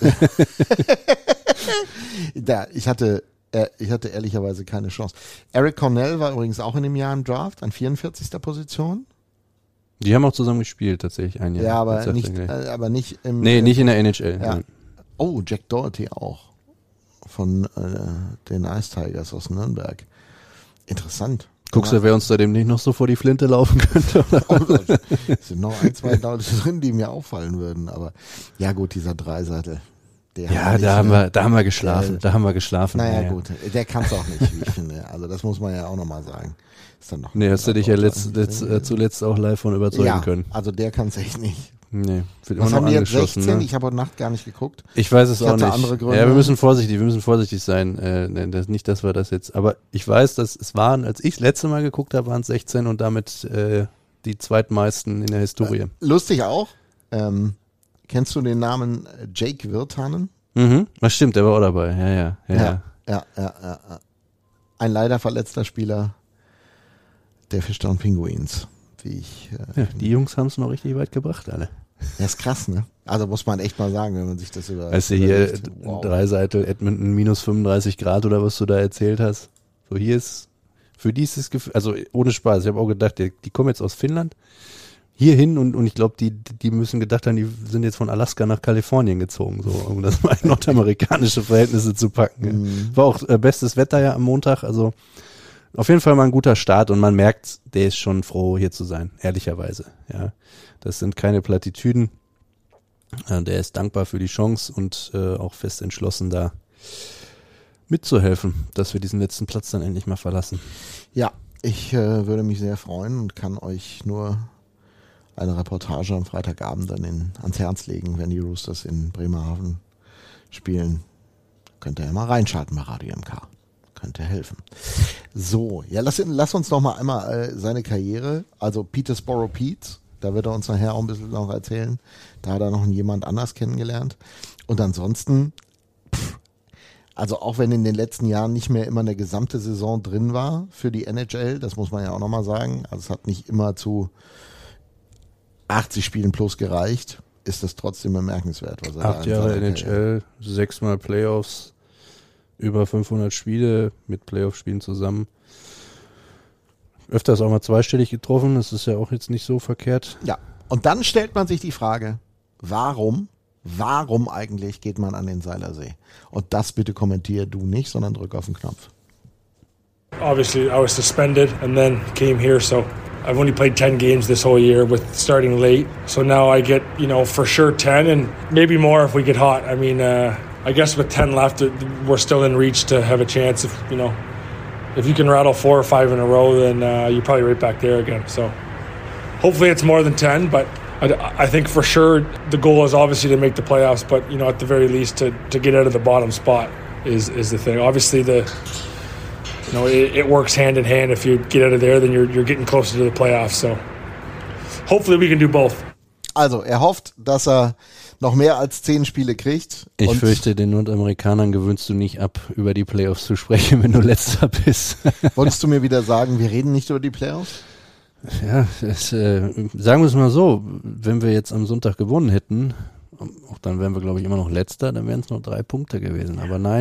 Da, ich hatte, äh, ich hatte ehrlicherweise keine Chance. Eric Cornell war übrigens auch in dem Jahr im Draft an vierundvierzigster Position. Die haben auch zusammen gespielt, tatsächlich ein Jahr. Ja, aber Das sagt nicht, er gleich. äh, aber nicht im. Nee, im, nicht in der N H L. Ja. Nein. Oh, Jack Doherty auch. Von äh, den Ice Tigers aus Nürnberg. Interessant. Guckst du, wer uns da dem nicht noch so vor die Flinte laufen könnte? Oder? Oh Gott, es sind noch ein, zwei Leute drin, die mir auffallen würden. Aber ja gut, dieser Dreiseitel. Der Ja, nicht, da haben ne? wir, da haben wir geschlafen. Der- Da haben wir geschlafen. Naja, ja, ja. gut, der kann es auch nicht, wie ich finde. Also das muss man ja auch nochmal sagen. Ist dann noch Nee, hast du dich ja letzt, letzt, letzt, äh, zuletzt auch live von überzeugen ja, können. also der kann es echt nicht. Nee, wird Was immer haben noch die jetzt, angeschossen. sechzehn? Ne? Ich habe heute Nacht gar nicht geguckt. Ich weiß es Ich auch hatte nicht. andere Gründe. Ja, wir müssen vorsichtig, wir müssen vorsichtig sein. Äh, ne, das, nicht, dass wir das jetzt. Aber ich weiß, dass es waren, als ich das letzte Mal geguckt habe, waren es sechzehn und damit äh, die zweitmeisten in der Historie. Äh, lustig auch. Ähm, kennst du den Namen Jake Virtanen? Mhm. Das stimmt, der war auch dabei. Ja, ja, ja. ja. Ja, ja, ja, ja, ja. Ein leider verletzter Spieler der Fishtown Penguins, wie ich. Äh, Ja, die Jungs haben es noch richtig weit gebracht, alle. Ja, ist krass, ne? Also muss man echt mal sagen, wenn man sich das über. Weißt du, hier überlegt. Wow. Dreiseitel, Edmonton minus fünfunddreißig Grad oder was du da erzählt hast. So, hier ist, für die ist das Gefühl, also ohne Spaß, ich habe auch gedacht, die, die kommen jetzt aus Finnland hier hin und, und ich glaube, die, die müssen gedacht haben, die sind jetzt von Alaska nach Kalifornien gezogen, so, um das mal in nordamerikanische Verhältnisse zu packen. Ja. Mhm. War auch äh, bestes Wetter ja am Montag, also auf jeden Fall mal ein guter Start und man merkt, der ist schon froh, hier zu sein, ehrlicherweise. Ja, das sind keine Plattitüden. Äh, der ist dankbar für die Chance und äh, auch fest entschlossen, da mitzuhelfen, dass wir diesen letzten Platz dann endlich mal verlassen. Ja, ich äh, würde mich sehr freuen und kann euch nur eine Reportage am Freitagabend dann in, ans Herz legen, wenn die Roosters in Bremerhaven spielen. Könnt ihr ja mal reinschalten bei Radio M K. Könnte helfen. So, ja, lass, lass uns noch mal einmal äh, seine Karriere, also Peterborough Pete, da wird er uns nachher auch ein bisschen noch erzählen. Da hat er noch jemand anders kennengelernt. Und ansonsten, pff, also auch wenn in den letzten Jahren nicht mehr immer eine gesamte Saison drin war für die N H L, das muss man ja auch nochmal sagen, also es hat nicht immer zu achtzig Spielen plus gereicht, ist das trotzdem bemerkenswert. Was er da Acht in Jahre seiner N H Karriere- L, sechsmal Playoffs, über fünfhundert Spiele mit Playoff-Spielen zusammen. Öfters auch mal zweistellig getroffen, das ist ja auch jetzt nicht so verkehrt. Ja, und dann stellt man sich die Frage, warum, warum eigentlich geht man an den Seilersee? Und das bitte kommentiere du nicht, sondern drück auf den Knopf. Obviously, I was suspended and then came here, so I've only played ten games this whole year with starting late. So now I get, you know, for sure ten and maybe more if we get hot. I mean, uh, I guess with ten left, we're still in reach to have a chance. If, you know, if you can rattle four or five in a row, then uh, you're probably right back there again. So hopefully it's more than ten, but I, I think for sure the goal is obviously to make the playoffs, but, you know, at the very least to, to get out of the bottom spot is, is the thing. Obviously the... You know, it, it works hand in hand. If you get out of there, then you're, you're getting closer to the playoffs. So hopefully we can do both. Also, er hofft, dass er noch mehr als zehn Spiele kriegt. Ich und fürchte, den Nordamerikanern gewöhnst du nicht ab, über die Playoffs zu sprechen, wenn du Letzter bist. Wolltest du mir wieder sagen, wir reden nicht über die Playoffs? Ja, es, äh, sagen wir es mal so, wenn wir jetzt am Sonntag gewonnen hätten, auch dann wären wir, glaube ich, immer noch Letzter, dann wären es noch drei Punkte gewesen. Aber nein,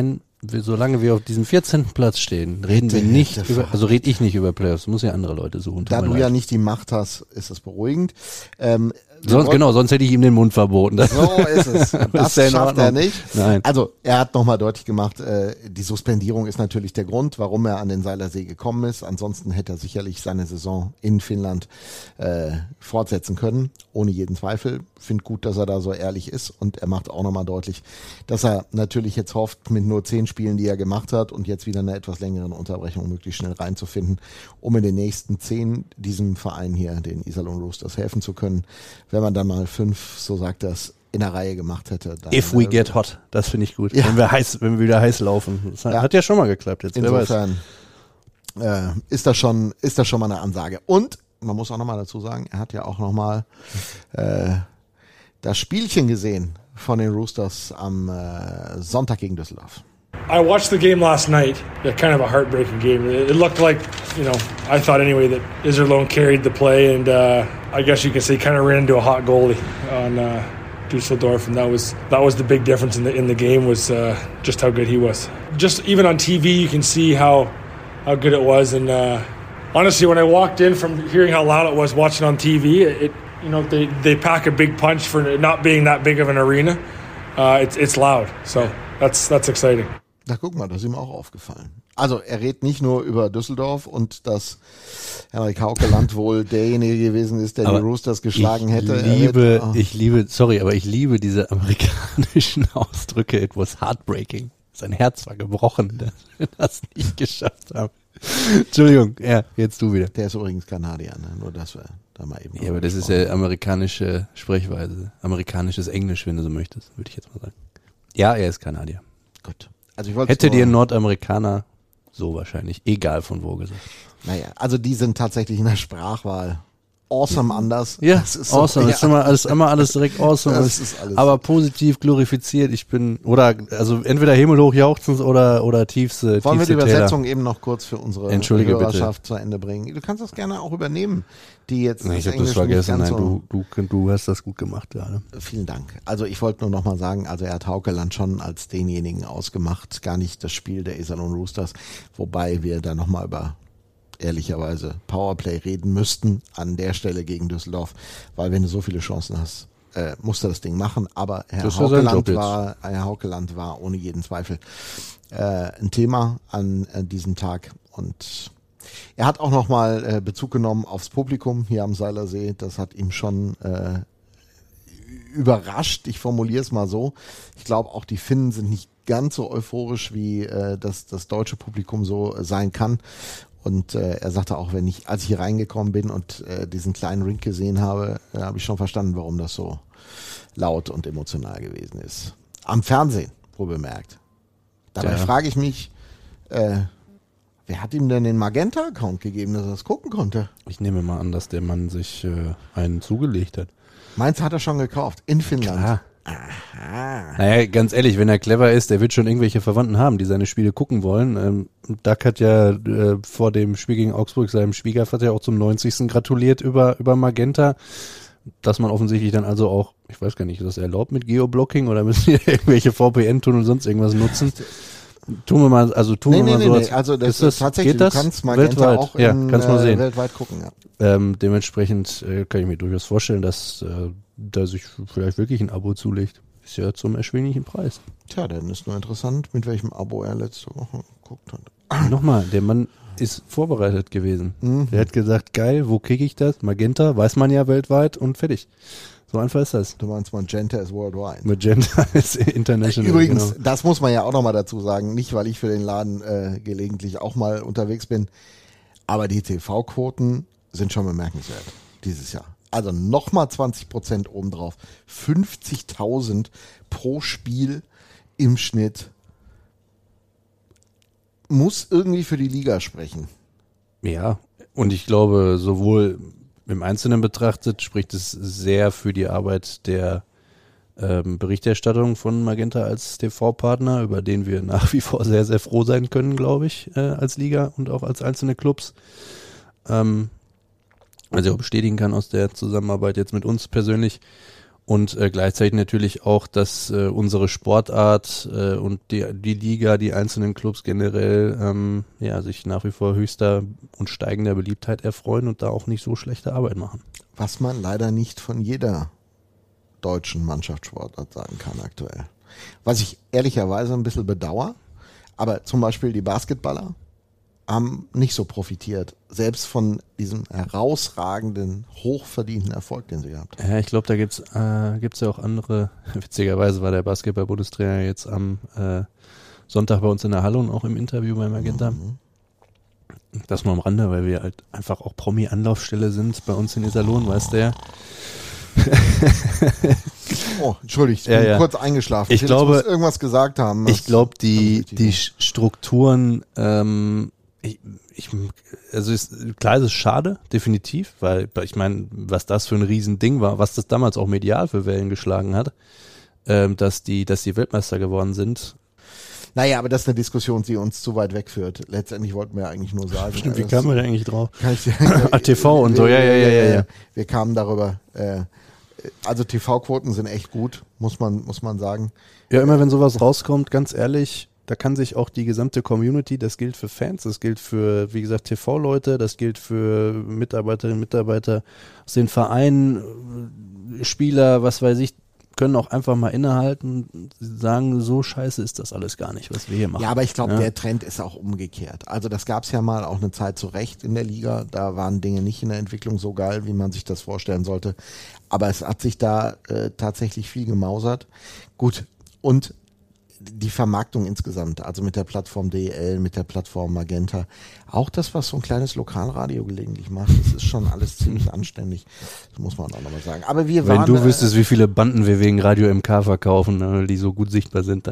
wir, solange wir auf diesem vierzehnten Platz stehen, reden wir nicht über, also rede ich nicht über Playoffs, muss ja andere Leute suchen. Da du leid. ja nicht die Macht hast, ist es beruhigend. Ähm, sonst, genau, sonst hätte ich ihm den Mund verboten. Das so ist es. Das ist schafft er nicht. Nein. Also, er hat nochmal deutlich gemacht, äh, die Suspendierung ist natürlich der Grund, warum er an den Seilersee gekommen ist. Ansonsten hätte er sicherlich seine Saison in Finnland äh, fortsetzen können, ohne jeden Zweifel. Finde gut, dass er da so ehrlich ist, und er macht auch nochmal deutlich, dass er natürlich jetzt hofft, mit nur zehn Spielen, die er gemacht hat, und jetzt wieder eine etwas längeren Unterbrechung möglichst schnell reinzufinden, um in den nächsten zehn diesem Verein hier, den Iserlohn Roosters, helfen zu können. Wenn man dann mal fünf, so sagt das, in der Reihe gemacht hätte. Dann, If we get hot, das finde ich gut. Ja. Wenn wir heiß, wenn wir wieder heiß laufen. Das ja. hat ja schon mal geklappt jetzt. Insofern äh, ist das schon, ist das schon mal eine Ansage. Und man muss auch nochmal dazu sagen, er hat ja auch nochmal äh, das Spielchen gesehen von den Roosters am äh, Sonntag gegen Düsseldorf. I watched the game last night. Yeah, kind of a heartbreaking game. It, it looked like, you know, I thought anyway that Iserlohn carried the play, and uh, I guess you could say kind of ran into a hot goalie on uh, Dusseldorf, and that was that was the big difference in the in the game, was uh, just how good he was. Just even on T V, you can see how how good it was, and uh, honestly, when I walked in from hearing how loud it was watching on T V, it, you know, they they pack a big punch for not being that big of an arena. Uh, it's it's loud, so that's that's exciting. Na, guck mal, das ist ihm auch aufgefallen. Also, er redet nicht nur über Düsseldorf und dass Henrik Haukeland wohl derjenige gewesen ist, der aber die Roosters geschlagen ich hätte. Liebe, redet, oh. Ich liebe, sorry, aber ich liebe diese amerikanischen Ausdrücke. It was heartbreaking. Sein Herz war gebrochen, dass wir das nicht geschafft haben. Entschuldigung, ja, jetzt du wieder. Der ist übrigens Kanadier, ne? Nur dass wir da mal eben. Ja, aber das ist ja amerikanische Sprechweise. Amerikanisches Englisch, wenn du so möchtest, würde ich jetzt mal sagen. Ja, er ist Kanadier. Gut. Also ich Hätte dir ein Nordamerikaner so wahrscheinlich, egal von wo gesagt. Naja, also die sind tatsächlich in der Sprachwahl awesome anders. Ja, das ist so, awesome. Ja. Das ist immer, alles, immer alles direkt awesome. Das ist alles. Aber positiv glorifiziert. Ich bin, oder, also entweder himmelhoch jauchzend oder, oder tiefste, Wollen tiefste wir die Täler. Übersetzung eben noch kurz für unsere Entschuldige Hörerschaft bitte. zu Ende bringen? Du kannst das gerne auch übernehmen, die jetzt Nee, ich das habe das Englisch nicht vergessen. ganz Nein, so. du, du, du hast das gut gemacht gerade. Vielen Dank. Also ich wollte nur noch mal sagen, also er hat Haukeland schon als denjenigen ausgemacht, gar nicht das Spiel der Iserlohn Roosters, wobei wir da noch mal über ehrlicherweise Powerplay reden müssten an der Stelle gegen Düsseldorf, weil wenn du so viele Chancen hast, äh, musst du das Ding machen, aber Herr Das ist ja sein Haukeland Job war, Herr Haukeland war ohne jeden Zweifel äh, ein Thema an äh, diesem Tag, und er hat auch noch mal äh, Bezug genommen aufs Publikum hier am Seilersee. Das hat ihm schon äh, überrascht. Ich formuliere es mal so. Ich glaube, auch die Finnen sind nicht ganz so euphorisch, wie äh, das, das deutsche Publikum so äh, sein kann. Und äh, er sagte auch, wenn ich, als ich hier reingekommen bin und äh, diesen kleinen Rink gesehen habe, äh, habe ich schon verstanden, warum das so laut und emotional gewesen ist. Am Fernsehen, wohl bemerkt. Dabei Ja. frage ich mich, äh, wer hat ihm denn den Magenta-Account gegeben, dass er das gucken konnte? Ich nehme mal an, dass der Mann sich äh, einen zugelegt hat. Meins hat er schon gekauft, in Finnland. Klar. Naja, ganz ehrlich, wenn er clever ist, der wird schon irgendwelche Verwandten haben, die seine Spiele gucken wollen. Ähm, Duck hat ja äh, vor dem Spiel gegen Augsburg seinem Schwiegervater auch zum neunzigsten gratuliert über über Magenta, dass man offensichtlich dann also auch, ich weiß gar nicht, ist das erlaubt mit Geoblocking oder müssen wir irgendwelche V P N-Tunnel und sonst irgendwas nutzen? Tun wir mal, also tun Nee, wir nee, mal nee, so. nee. Als, Also das ist das, ist tatsächlich, geht das? du kannst Magenta weltweit? auch Ja, in, kannst mal äh, sehen. weltweit gucken. Ja. Ähm, dementsprechend äh, kann ich mir durchaus vorstellen, dass äh, da sich vielleicht wirklich ein Abo zulegt. Ist ja zum erschwinglichen Preis. Tja, dann ist nur interessant, mit welchem Abo er letzte Woche geguckt hat. Nochmal, der Mann ist vorbereitet gewesen. Mhm. Der hat gesagt, geil, wo kriege ich das? Magenta, weiß man ja weltweit und fertig. So einfach ist das. Du meinst, Magenta ist worldwide. Magenta ist international. Übrigens, genau. das muss man ja auch nochmal dazu sagen, nicht weil ich für den Laden äh, gelegentlich auch mal unterwegs bin, aber die T V-Quoten sind schon bemerkenswert dieses Jahr. Also nochmal zwanzig Prozent obendrauf. fünfzigtausend pro Spiel im Schnitt. Muss irgendwie für die Liga sprechen. Ja, und ich glaube, sowohl im Einzelnen betrachtet spricht es sehr für die Arbeit der ähm, Berichterstattung von Magenta als T V-Partner, über den wir nach wie vor sehr, sehr froh sein können, glaube ich, äh, als Liga und auch als einzelne Clubs. Ähm, also ich auch bestätigen kann aus der Zusammenarbeit jetzt mit uns persönlich. Und äh, gleichzeitig natürlich auch, dass äh, unsere Sportart äh, und die, die Liga, die einzelnen Clubs generell ähm, ja, sich nach wie vor höchster und steigender Beliebtheit erfreuen und da auch nicht so schlechte Arbeit machen. Was man leider nicht von jeder deutschen Mannschaftssportart sagen kann aktuell. Was ich ehrlicherweise ein bisschen bedauere, aber zum Beispiel die Basketballer haben nicht so profitiert, selbst von diesem herausragenden, hochverdienten Erfolg, den sie gehabt haben. Ja, ich glaube, da gibt's äh, gibt's ja auch andere. Witzigerweise war der Basketball-Bundestrainer jetzt am äh, Sonntag bei uns in der Halle und auch im Interview bei Magenta. Mhm. Das nur am Rande, weil wir halt einfach auch Promi-Anlaufstelle sind bei uns in Iserlohn, weißt du ja. Oh, Entschuldigung, ich ja, bin ja. kurz eingeschlafen. Ich Felix glaube, muss irgendwas gesagt haben. Ich glaube, die die Strukturen, ähm, ich, ich, also ist, klar, es ist schade, definitiv, weil ich meine, was das für ein Riesending war, was das damals auch medial für Wellen geschlagen hat, ähm, dass die, dass die Weltmeister geworden sind. Naja, aber das ist eine Diskussion, die uns zu weit wegführt. Letztendlich wollten wir eigentlich nur sagen. Stimmt, wie kamen wir da eigentlich drauf? Kann ich dir, T V und so, ja, ja, ja, ja, ja. Wir kamen darüber, äh, also T V-Quoten sind echt gut, muss man, muss man sagen. Ja, immer wenn sowas rauskommt, ganz ehrlich, da kann sich auch die gesamte Community, das gilt für Fans, das gilt für, wie gesagt, T V-Leute, das gilt für Mitarbeiterinnen und Mitarbeiter aus den Vereinen, Spieler, was weiß ich, können auch einfach mal innehalten und sagen, so scheiße ist das alles gar nicht, was wir hier machen. Ja, aber ich glaube, ja. der Trend ist auch umgekehrt. Also das gab es ja mal auch eine Zeit zu Recht in der Liga. Da waren Dinge nicht in der Entwicklung so geil, wie man sich das vorstellen sollte. Aber es hat sich da äh, tatsächlich viel gemausert. Gut, und die Vermarktung insgesamt, also mit der Plattform D E L, mit der Plattform Magenta, auch das, was so ein kleines Lokalradio gelegentlich macht, das ist schon alles ziemlich anständig. Das muss man auch nochmal sagen. Aber wir Wenn waren, du wüsstest, wie viele Banden wir wegen Radio M K verkaufen, ne, die so gut sichtbar sind. Da.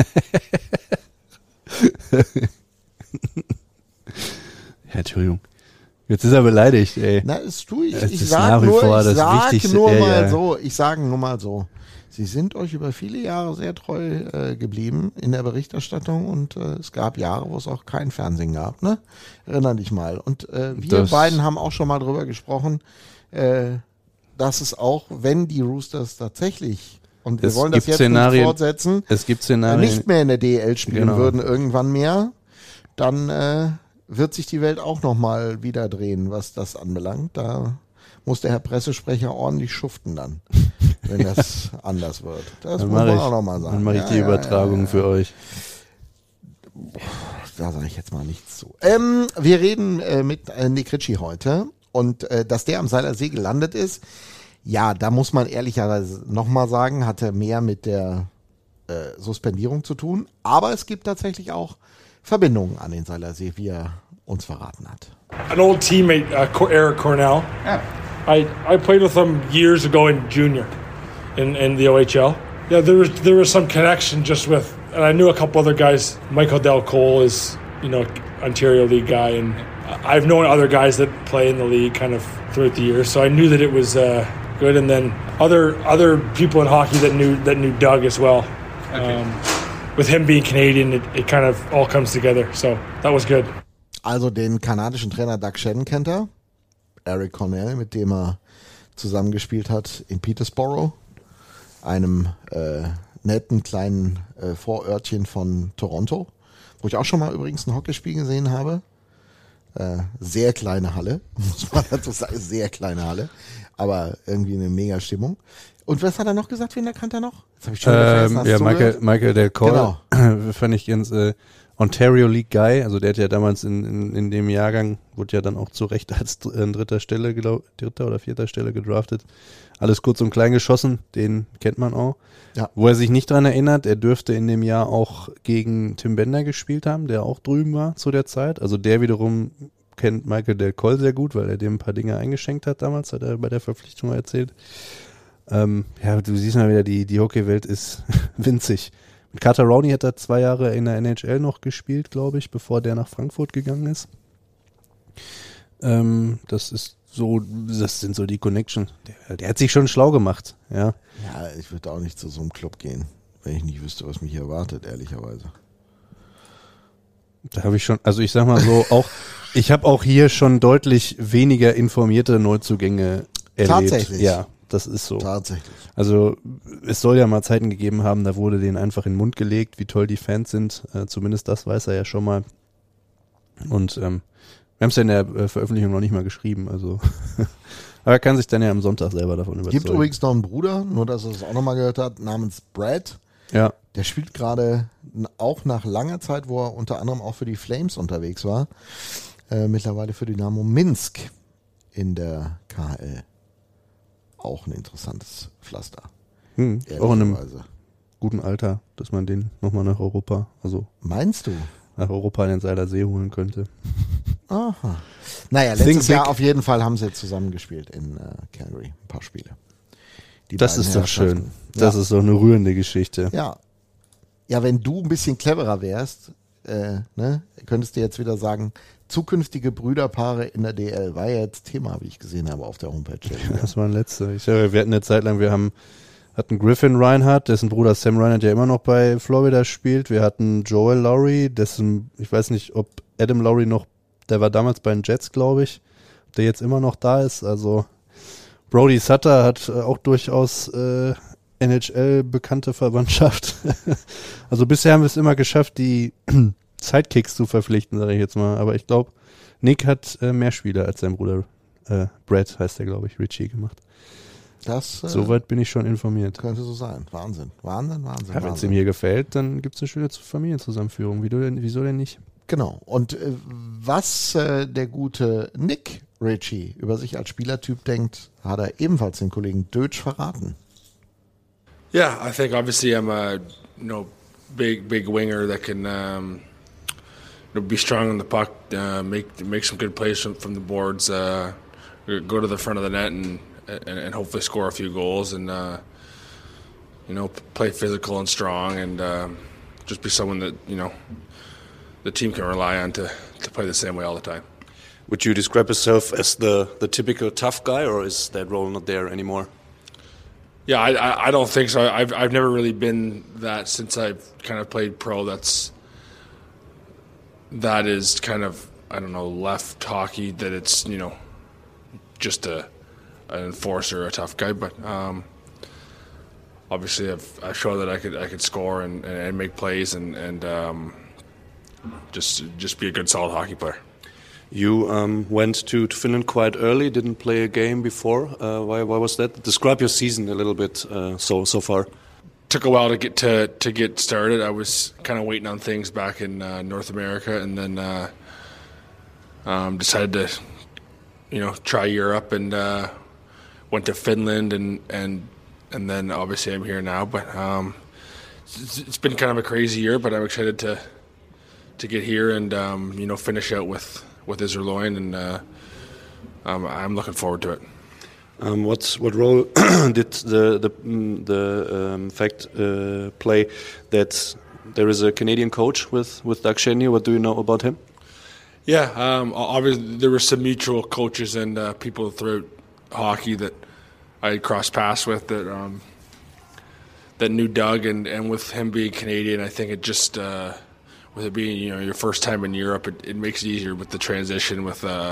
Ja, Entschuldigung. Jetzt ist er beleidigt, ey. Na, ist du, ich, Es ich ist sag nach wie nur, vor ich das sag Wichtigste. nur Ja, mal ja. so, ich sage nur mal so. Sie sind euch über viele Jahre sehr treu äh, geblieben in der Berichterstattung und äh, es gab Jahre, wo es auch kein Fernsehen gab, ne? Erinner dich mal. Und äh, wir Das- beiden haben auch schon mal drüber gesprochen, äh, dass es auch, wenn die Roosters tatsächlich, und wir Es wollen das gibt jetzt Szenarien- nicht fortsetzen, Es gibt äh, Szenarien. nicht mehr in der D E L spielen Genau. würden irgendwann mehr, dann äh, wird sich die Welt auch nochmal wieder drehen, was das anbelangt. Da muss der Herr Pressesprecher ordentlich schuften dann, wenn das anders wird. Das Dann muss mache man ich, auch nochmal sagen. dann mache ich Ja, die ja, Übertragung ja, ja. für euch. Da sage ich jetzt mal nichts zu. Ähm, wir reden äh, mit äh, Nick Ritchie heute und äh, dass der am Seiler See gelandet ist, ja, da muss man ehrlicherweise nochmal sagen, hatte mehr mit der äh, Suspendierung zu tun, aber es gibt tatsächlich auch Verbindungen an den Seiler See, wie er uns verraten hat. An old teammate, uh, Co- Eric Cornell. Yeah. I, I played with him years ago in junior, in, in the O H L. Yeah, there was there was some connection just with, and I knew a couple other guys. Michael Del Cole is, you know, Ontario League guy, and I've known other guys that play in the league kind of throughout the years. So I knew that it was uh, good, and then other other people in hockey that knew that knew Doug as well. Okay. Um, with him being Canadian, it, it kind of all comes together. So that was good. Also den kanadischen Trainer Doug Shannon kennt er, Eric Cornell, mit dem er zusammengespielt hat in Peterborough, einem äh, netten kleinen äh, Vorörtchen von Toronto, wo ich auch schon mal übrigens ein Hockeyspiel gesehen habe. Äh, sehr kleine Halle, muss man dazu sagen, sehr kleine Halle, aber irgendwie eine mega Stimmung. Und was hat er noch gesagt, wen er kannte er noch? Jetzt habe ich schon wieder vergessen, Ähm, hast ja, du Michael, gehört? Michael Del Cole, Genau. fand ich ganz äh, Ontario League Guy, also der hat ja damals in, in, in dem Jahrgang, wurde ja dann auch zu Recht als dr- an dritter Stelle, glaub, dritter oder vierter Stelle gedraftet. Alles kurz und klein geschossen, den kennt man auch. Ja. Wo er sich nicht dran erinnert, er dürfte in dem Jahr auch gegen Tim Bender gespielt haben, der auch drüben war zu der Zeit. Also der wiederum kennt Michael Del Cole sehr gut, weil er dem ein paar Dinge eingeschenkt hat damals, hat er bei der Verpflichtung erzählt. Ähm, ja, du siehst mal wieder, die, die Hockeywelt ist winzig. Mit Carter Rowney hat er zwei Jahre in der N H L noch gespielt, glaube ich, bevor der nach Frankfurt gegangen ist. Ähm, das ist so, das sind so die Connections. Der, der hat sich schon schlau gemacht, ja. Ja, ich würde auch nicht zu so einem Club gehen, wenn ich nicht wüsste, was mich hier erwartet, ehrlicherweise. Da habe ich schon, also ich sag mal so, auch, ich habe auch hier schon deutlich weniger informierte Neuzugänge erlebt. Tatsächlich? Ja, Das ist so. Tatsächlich. Also es soll ja mal Zeiten gegeben haben, da wurde denen einfach in den Mund gelegt, wie toll die Fans sind. Äh, zumindest das weiß er ja schon mal. Und ähm, wir haben es ja in der äh, Veröffentlichung noch nicht mal geschrieben. Also aber er kann sich dann ja am Sonntag selber davon überzeugen. Gibt übrigens noch einen Bruder, nur dass er es auch nochmal gehört hat, namens Brad. Ja. Der spielt gerade auch nach langer Zeit, wo er unter anderem auch für die Flames unterwegs war, äh, mittlerweile für Dynamo Minsk in der K H L. Auch ein interessantes Pflaster. Hm, auch in einem guten Alter, dass man den nochmal nach Europa, also meinst du? Nach Europa in den Seiler See holen könnte. Aha. Naja, letztes Jahr auf jeden Fall haben sie jetzt zusammengespielt in äh, Calgary, ein paar Spiele. Die das ist doch schön. Das ja. ist doch eine rührende Geschichte. Ja. Ja, wenn du ein bisschen cleverer wärst, äh, ne, könntest du jetzt wieder sagen, zukünftige Brüderpaare in der D L war ja jetzt Thema, wie ich gesehen habe auf der Homepage. Ja, das war ein letzter. Ich sage, wir hatten eine Zeit lang, wir haben hatten Griffin Reinhardt, dessen Bruder Sam Reinhardt ja immer noch bei Florida spielt. Wir hatten Joel Lowry, dessen, ich weiß nicht, ob Adam Lowry noch, der war damals bei den Jets, glaube ich, ob der jetzt immer noch da ist. Also Brody Sutter hat äh, auch durchaus äh, N H L-bekannte Verwandtschaft. Also bisher haben wir es immer geschafft, die Sidekicks zu verpflichten, sage ich jetzt mal. Aber ich glaube, Nick hat äh, mehr Spiele als sein Bruder äh, Brad, heißt der, glaube ich, Richie, gemacht. Das, äh, Soweit bin ich schon informiert. Könnte so sein. Wahnsinn. Wahnsinn, Wahnsinn. Ja, wenn es ihm hier gefällt, dann gibt es eine schöne Familienzusammenführung. Wie du denn, wieso denn nicht? Genau. Und äh, was äh, der gute Nick Ritchie über sich als Spielertyp denkt, hat er ebenfalls den Kollegen Deutsch verraten. Yeah, I think obviously I'm a you know big big winger that can um, you know, be strong on the puck, uh, make make some good plays from, from the boards, uh, go to the front of the net and and, and hopefully score a few goals and uh, you know play physical and strong and um, just be someone that you know the team can rely on to to play the same way all the time. Would you describe yourself as the the typical tough guy, or is that role not there anymore? Yeah, I, I I don't think so. I've I've never really been that since I've kind of played pro. That's that is kind of I don't know left hockey. That it's you know just a an enforcer, a tough guy. But um, obviously, I've I showed that I could I could score and, and make plays and and um, just just be a good solid hockey player. You um, went to, to Finland quite early, didn't play a game before. Uh, why, why was that? Describe your season a little bit uh, so so far. Took a while to get to, to get started. I was kind of waiting on things back in uh, North America, and then uh, um, decided to, you know, try Europe and uh, went to Finland, and and and then obviously I'm here now. But um, it's, it's been kind of a crazy year, but I'm excited to to get here and um, you know finish out with. with Iserlohn, and uh, um, I'm looking forward to it. Um, what's what role did the the the um, fact uh, play that there is a Canadian coach with with Doug Cheney? What do you know about him? Yeah, um, obviously there were some mutual coaches and uh, people throughout hockey that I had crossed paths with that um, that knew Doug, and, and with him being Canadian, I think it just. Uh, With it being, you know, your first time in Europe, it, it makes it easier with the transition, with uh,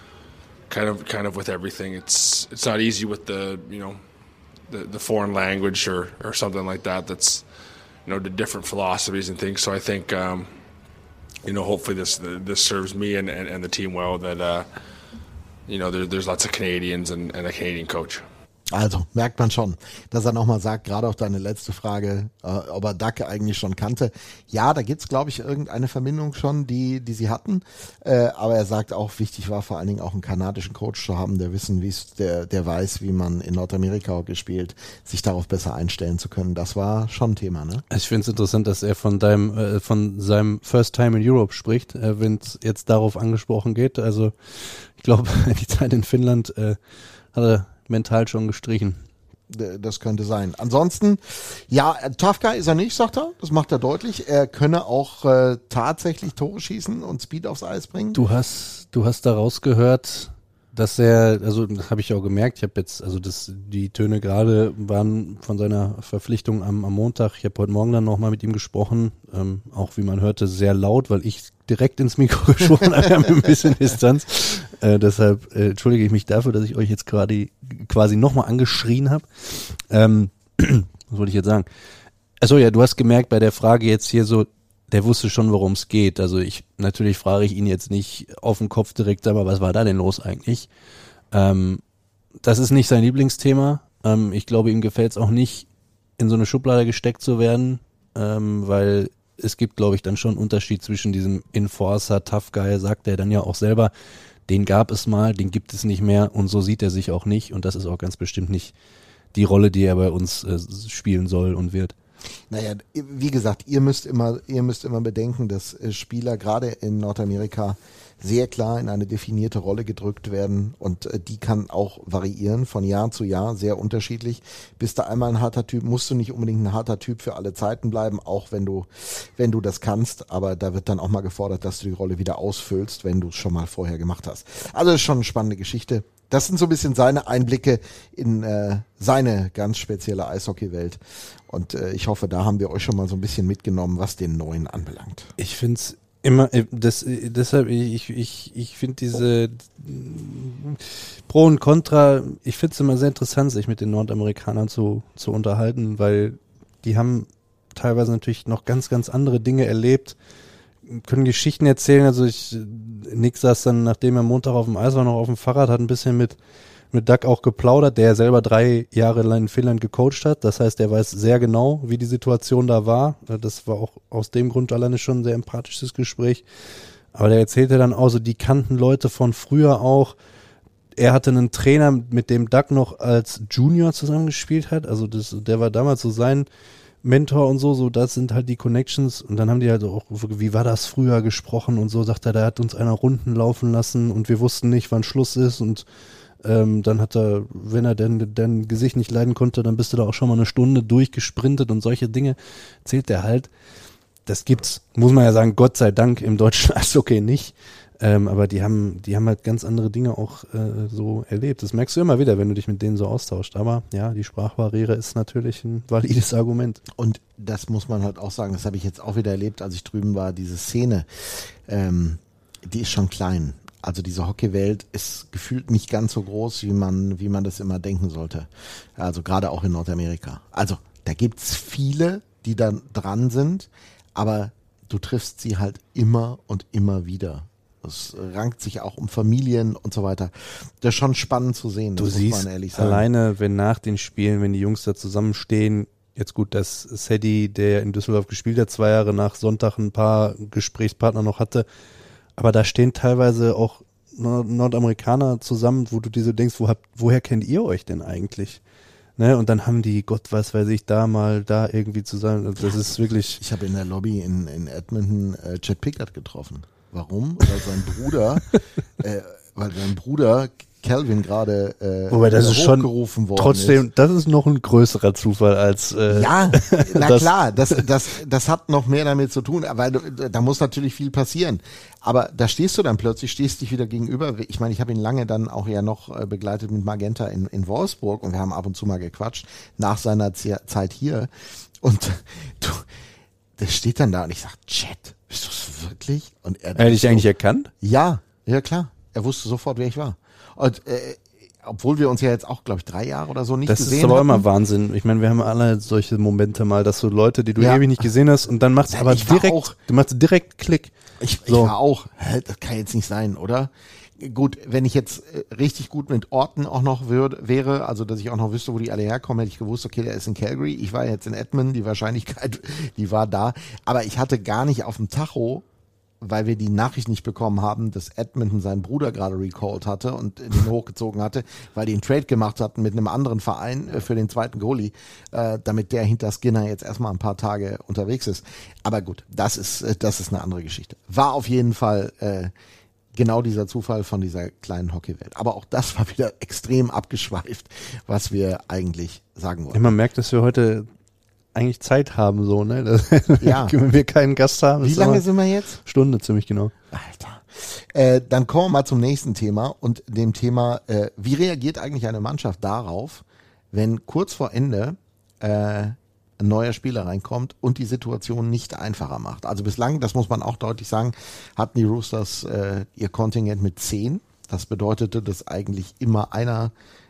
kind of, kind of with everything. It's it's not easy with the, you know, the, the foreign language or, or something like that. That's, you know, the different philosophies and things. So I think, um, you know, hopefully this this serves me and, and, and the team well. That, uh, you know, there, there's lots of Canadians and, and a Canadian coach. Also, merkt man schon, dass er nochmal sagt, gerade auf deine letzte Frage, äh, ob er Duck eigentlich schon kannte. Ja, da gibt's, glaube ich, irgendeine Verbindung schon, die die sie hatten. Äh, aber er sagt auch, wichtig war vor allen Dingen auch einen kanadischen Coach zu haben, der wissen, wie es, der, der weiß, wie man in Nordamerika Hockey spielt, sich darauf besser einstellen zu können. Das war schon ein Thema, ne? Ich finde es interessant, dass er von deinem, äh, von seinem First Time in Europe spricht, äh, wenn es jetzt darauf angesprochen geht. Also, ich glaube, die Zeit in Finnland äh, hat er mental schon gestrichen. Das könnte sein. Ansonsten, ja, Tough Guy ist er nicht, sagt er. Das macht er deutlich. Er könne auch äh, tatsächlich Tore schießen und Speed aufs Eis bringen. Du hast, du hast daraus gehört, dass er, also das habe ich auch gemerkt, ich habe jetzt, also das, die Töne gerade waren von seiner Verpflichtung am, am Montag. Ich habe heute Morgen dann nochmal mit ihm gesprochen, ähm, auch wie man hörte, sehr laut, weil ich direkt ins Mikro gesprochen habe, mit ein bisschen Distanz. Äh, deshalb äh, entschuldige ich mich dafür, dass ich euch jetzt gerade quasi nochmal angeschrien habe. Ähm, was wollte ich jetzt sagen? Achso, ja, du hast gemerkt bei der Frage jetzt hier so, der wusste schon, worum es geht. Also ich, natürlich frage ich ihn jetzt nicht auf den Kopf direkt, aber was war da denn los eigentlich? Ähm, das ist nicht sein Lieblingsthema. Ähm, ich glaube, ihm gefällt es auch nicht, in so eine Schublade gesteckt zu werden, ähm, weil es gibt, glaube ich, dann schon einen Unterschied zwischen diesem Enforcer, Tough Guy, sagt er dann ja auch selber, den gab es mal, den gibt es nicht mehr und so sieht er sich auch nicht und das ist auch ganz bestimmt nicht die Rolle, die er bei uns äh, spielen soll und wird. Naja, wie gesagt, ihr müsst immer, ihr müsst immer bedenken, dass Spieler gerade in Nordamerika sehr klar in eine definierte Rolle gedrückt werden und äh, die kann auch variieren von Jahr zu Jahr, sehr unterschiedlich. Bist du einmal ein harter Typ, musst du nicht unbedingt ein harter Typ für alle Zeiten bleiben, auch wenn du, wenn du das kannst, aber da wird dann auch mal gefordert, dass du die Rolle wieder ausfüllst, wenn du es schon mal vorher gemacht hast. Also ist schon eine spannende Geschichte. Das sind so ein bisschen seine Einblicke in äh, seine ganz spezielle Eishockeywelt. Und äh, ich hoffe, da haben wir euch schon mal so ein bisschen mitgenommen, was den Neuen anbelangt. Ich finde es immer, das, deshalb, ich, ich, ich finde diese Pro und Contra, ich finde es immer sehr interessant, sich mit den Nordamerikanern zu, zu unterhalten, weil die haben teilweise natürlich noch ganz, ganz andere Dinge erlebt, können Geschichten erzählen. Also ich, Nick saß dann, nachdem er Montag auf dem Eis war, noch auf dem Fahrrad, hat ein bisschen mit mit Doug auch geplaudert, der selber drei Jahre lang in Finnland gecoacht hat. Das heißt, er weiß sehr genau, wie die Situation da war. Das war auch aus dem Grund alleine schon ein sehr empathisches Gespräch. Aber der erzählte dann auch so, die kannten Leute von früher auch. Er hatte einen Trainer, mit dem Doug noch als Junior zusammengespielt hat. Also das, der war damals so sein Mentor und so, so das sind halt die Connections und dann haben die halt auch, wie war das früher gesprochen und so, sagt er, der hat uns einer Runden laufen lassen und wir wussten nicht, wann Schluss ist und ähm, dann hat er, wenn er denn dein Gesicht nicht leiden konnte, dann bist du da auch schon mal eine Stunde durchgesprintet und solche Dinge zählt er halt. Das gibt's, muss man ja sagen, Gott sei Dank im deutschen Eishockey nicht. Ähm, aber die haben, die haben halt ganz andere Dinge auch äh, so erlebt. Das merkst du immer wieder, wenn du dich mit denen so austauscht. Aber ja, die Sprachbarriere ist natürlich ein valides Argument. Und das muss man halt auch sagen, das habe ich jetzt auch wieder erlebt, als ich drüben war, diese Szene, ähm, die ist schon klein. Also diese Hockeywelt ist gefühlt nicht ganz so groß, wie man, wie man das immer denken sollte. Also gerade auch in Nordamerika. Also da gibt's viele, die dann dran sind, aber du triffst sie halt immer und immer wieder. Es rankt sich auch um Familien und so weiter. Das ist schon spannend zu sehen, du das siehst muss man ehrlich sagen. Alleine, wenn nach den Spielen, wenn die Jungs da zusammenstehen, jetzt gut, dass Sadie, der in Düsseldorf gespielt hat, zwei Jahre nach Sonntag ein paar Gesprächspartner noch hatte, aber da stehen teilweise auch Nordamerikaner zusammen, wo du dir so denkst, wo habt, woher kennt ihr euch denn eigentlich? Ne? Und dann haben die, Gott weiß, weiß ich, da mal, da irgendwie zusammen, also das ist wirklich... Ich habe in der Lobby in, in Edmonton äh, Chet Pickard getroffen. Warum? Weil sein Bruder, äh, weil sein Bruder Calvin gerade äh, Wobei das ist hochgerufen schon worden trotzdem, ist. Das ist noch ein größerer Zufall als äh, ja, na das, klar, das, das, das hat noch mehr damit zu tun, weil du, da muss natürlich viel passieren. Aber da stehst du dann plötzlich, stehst dich wieder gegenüber. Ich meine, ich habe ihn lange dann auch ja noch äh, begleitet mit Magenta in, in Wolfsburg und wir haben ab und zu mal gequatscht nach seiner Z- Zeit hier. Und du, der steht dann da und ich sag, Chet, bist du es wirklich? Und er, er hat dich so, eigentlich erkannt? Ja, ja klar. Er wusste sofort, wer ich war. Und äh, obwohl wir uns ja jetzt auch, glaube ich, drei Jahre oder so nicht das gesehen haben. Das ist aber hatten. immer Wahnsinn. Ich meine, wir haben alle solche Momente mal, dass so Leute, die du Ja. ewig nicht gesehen hast und dann machst du Ja, aber ich war direkt, auch- du machst direkt Klick. Ich, So. ich war auch, hä, das kann jetzt nicht sein, oder? Gut, wenn ich jetzt äh, richtig gut mit Orten auch noch würde, wäre, also dass ich auch noch wüsste, wo die alle herkommen, hätte ich gewusst, okay, der ist in Calgary, ich war jetzt in Edmonton, die Wahrscheinlichkeit, die war da, aber ich hatte gar nicht auf dem Tacho, weil wir die Nachricht nicht bekommen haben, dass Edmonton seinen Bruder gerade recalled hatte und den hochgezogen hatte, weil die einen Trade gemacht hatten mit einem anderen Verein äh, für den zweiten Goalie, äh, damit der hinter Skinner jetzt erstmal ein paar Tage unterwegs ist. Aber gut, das ist, äh, das ist eine andere Geschichte. War auf jeden Fall äh, genau dieser Zufall von dieser kleinen Hockeywelt. Aber auch das war wieder extrem abgeschweift, was wir eigentlich sagen Ja, wollten. man merkt, dass wir heute eigentlich Zeit haben, so, ne? Das, Ja. wenn wir keinen Gast haben. Wie ist lange immer sind wir jetzt? Stunde, ziemlich genau. Alter. Äh, dann kommen wir mal zum nächsten Thema und dem Thema, äh, wie reagiert eigentlich eine Mannschaft darauf, wenn kurz vor Ende äh, ein neuer Spieler reinkommt und die Situation nicht einfacher macht. Also bislang, das muss man auch deutlich sagen, hatten die Roosters äh, ihr Kontingent mit zehn. Das bedeutete, dass eigentlich immer einer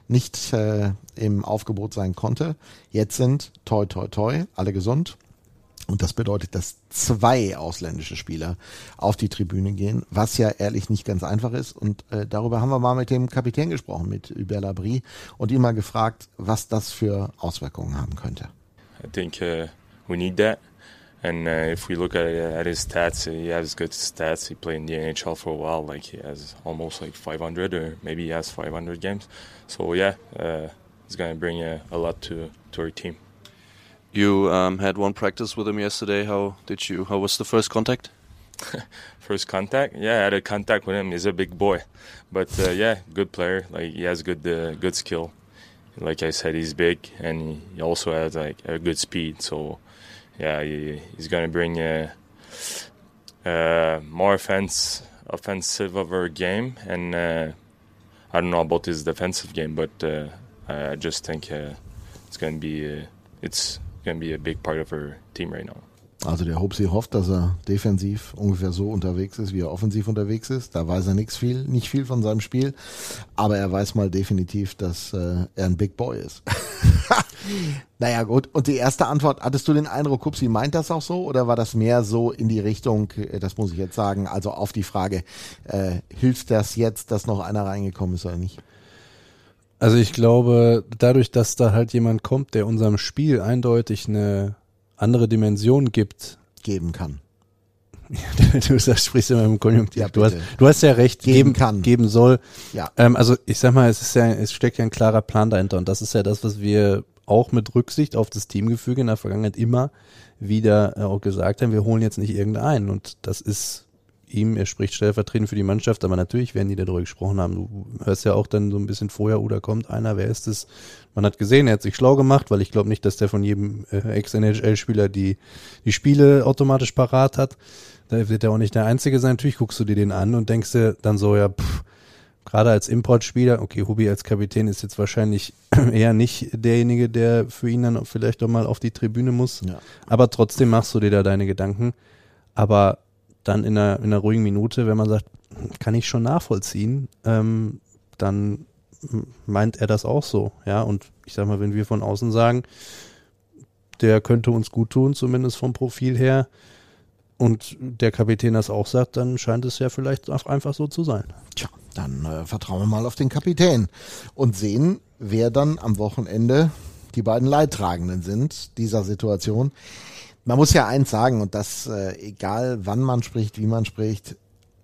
nicht äh, im Aufgebot sein konnte. Jetzt sind, toi toi toi, alle gesund. Und das bedeutet, dass zwei ausländische Spieler auf die Tribüne gehen, was ja ehrlich nicht ganz einfach ist. Und äh, darüber haben wir mal mit dem Kapitän gesprochen, mit Hubert Labrie, und ihn mal gefragt, was das für Auswirkungen haben könnte. I think uh, we need that. And uh, if we look at, at his stats, he has good stats. He played in the N H L for a while. Like he has almost like five hundred, or maybe he has five hundred games. So yeah, uh, he's going to bring a, a lot to, to our team. You um, had one practice with him yesterday. How did you? How was the first contact? First contact? Yeah, I had a contact with him. He's a big boy, but uh, yeah, good player. Like he has good, uh, good skill. Like I said, he's big, and he also has like a good speed. So yeah, he, he's gonna bring a, a more offense, offensive of our game, and uh, I don't know about his defensive game, but uh, I just think uh, it's gonna be, uh, it's. Can be a big part of our team right now. Also der Hopsi hofft, dass er defensiv ungefähr so unterwegs ist, wie er offensiv unterwegs ist. Da weiß er nichts viel, nicht viel von seinem Spiel, aber er weiß mal definitiv, dass äh, er ein Big Boy ist. Naja gut, und die erste Antwort, hattest du den Eindruck, Hupsi meint das auch so, oder war das mehr so in die Richtung, das muss ich jetzt sagen, also auf die Frage, äh, hilft das jetzt, dass noch einer reingekommen ist oder nicht? Also ich glaube, dadurch, dass da halt jemand kommt, der unserem Spiel eindeutig eine andere Dimension gibt. Geben kann. Ja, du sagst, sprichst immer im Konjunktiv. Ja, du, hast, du hast ja recht, geben, geben kann. Geben soll. Ja. Ähm, also ich sag mal, es ist ja, es steckt ja ein klarer Plan dahinter, und das ist ja das, was wir auch mit Rücksicht auf das Teamgefüge in der Vergangenheit immer wieder auch gesagt haben. Wir holen jetzt nicht irgendeinen, und das ist ihm, er spricht stellvertretend für die Mannschaft, aber natürlich werden die darüber gesprochen haben. Du hörst ja auch dann so ein bisschen vorher, oh, da kommt einer, wer ist es? Man hat gesehen, er hat sich schlau gemacht, weil ich glaube nicht, dass der von jedem äh, Ex-N H L-Spieler die die Spiele automatisch parat hat. Da wird er auch nicht der Einzige sein. Natürlich guckst du dir den an und denkst dir dann so, ja, pff, gerade als Importspieler, okay, Hubi als Kapitän ist jetzt wahrscheinlich eher nicht derjenige, der für ihn dann vielleicht doch mal auf die Tribüne muss. Ja. Aber trotzdem machst du dir da deine Gedanken. Aber dann in einer, in einer ruhigen Minute, wenn man sagt, kann ich schon nachvollziehen, ähm, dann meint er das auch so, ja, und ich sag mal, wenn wir von außen sagen, der könnte uns gut tun, zumindest vom Profil her, und der Kapitän das auch sagt, dann scheint es ja vielleicht auch einfach so zu sein. Tja, dann äh, vertrauen wir mal auf den Kapitän und sehen, wer dann am Wochenende die beiden Leidtragenden sind dieser Situation. Man muss ja eins sagen, und das, äh, egal wann man spricht, wie man spricht,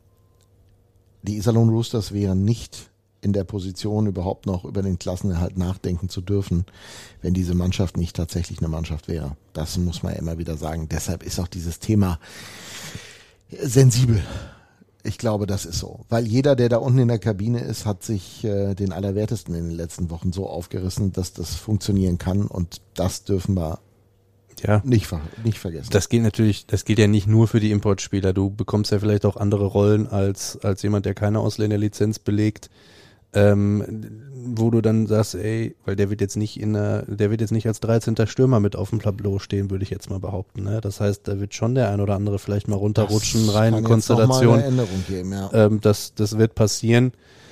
die Iserlohn Roosters wären nicht in der Position, überhaupt noch über den Klassenerhalt nachdenken zu dürfen, wenn diese Mannschaft nicht tatsächlich eine Mannschaft wäre. Das muss man ja immer wieder sagen. Deshalb ist auch dieses Thema sensibel. Ich glaube, das ist so. Weil jeder, der da unten in der Kabine ist, hat sich äh, den Allerwertesten in den letzten Wochen so aufgerissen, dass das funktionieren kann, und das dürfen wir Ja. Nicht, ver- nicht vergessen. Das gilt natürlich, das gilt ja nicht nur für die Importspieler. Du bekommst ja vielleicht auch andere Rollen als, als jemand, der keine Ausländerlizenz belegt, ähm, wo du dann sagst, ey, weil der wird jetzt nicht in der, der wird jetzt nicht als dreizehnter Stürmer mit auf dem Tableau stehen, würde ich jetzt mal behaupten. Ne? Das heißt, da wird schon der ein oder andere vielleicht mal runterrutschen, Das rein kann in jetzt Konstellation. noch mal eine Änderung geben, ja. Ähm, das, das wird passieren.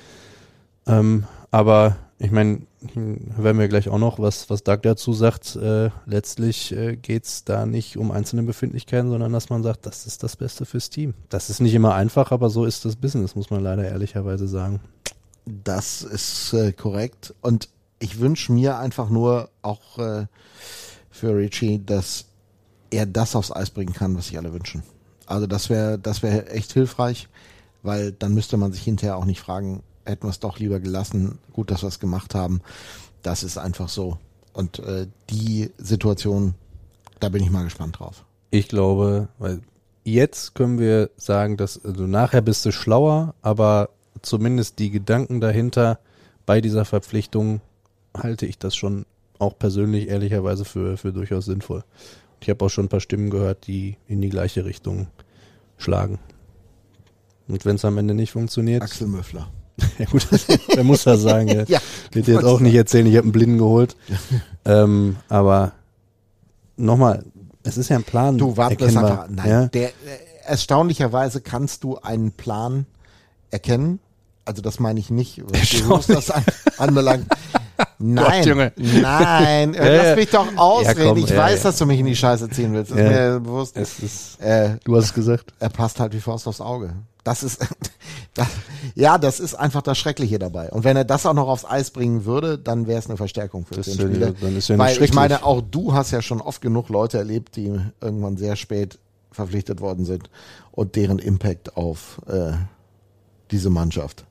Ähm, aber ich meine, hören wir gleich auch noch, was, was Doug dazu sagt. Äh, letztlich äh, geht's da nicht um einzelne Befindlichkeiten, sondern dass man sagt, das ist das Beste fürs Team. Das ist nicht immer einfach, aber so ist das Business, muss man leider ehrlicherweise sagen. Das ist äh, korrekt. Und ich wünsche mir einfach nur auch äh, für Richie, dass er das aufs Eis bringen kann, was sich alle wünschen. Also das wäre das wäre echt hilfreich, weil dann müsste man sich hinterher auch nicht fragen, hätten wir es doch lieber gelassen, gut, dass wir es gemacht haben. Das ist einfach so. Und äh, die Situation, da bin ich mal gespannt drauf. Ich glaube, weil jetzt können wir sagen, dass also nachher bist du schlauer, aber zumindest die Gedanken dahinter bei dieser Verpflichtung halte ich das schon auch persönlich ehrlicherweise für, für durchaus sinnvoll. Ich habe auch schon ein paar Stimmen gehört, die in die gleiche Richtung schlagen. Und wenn es am Ende nicht funktioniert... Axel Möffler. Ja gut, wer muss das sagen? Ja. Ja, Wird jetzt auch nicht erzählen, ich habe einen Blinden geholt. ähm, aber nochmal, es ist ja ein Plan. Du wartest einfach. Nein, ja? der, äh, erstaunlicherweise kannst du einen Plan erkennen. Also das meine ich nicht, was die Roosters an, anbelangt. Nein, Gott, Junge. nein, Ja, lass ja. mich doch ausreden. Ja, komm, ich ja, weiß, ja. dass du mich in die Scheiße ziehen willst. Das Ja. ist mir bewusst. Es ist, Äh, du hast es gesagt. er passt halt wie Faust aufs Auge. Das ist, das, ja, das ist einfach das Schreckliche dabei. Und wenn er das auch noch aufs Eis bringen würde, dann wäre es eine Verstärkung für Das den ist ja- Spieler. dann ist ja nicht Weil ich schrecklich. meine, auch du hast ja schon oft genug Leute erlebt, die irgendwann sehr spät verpflichtet worden sind und deren Impact auf äh, diese Mannschaft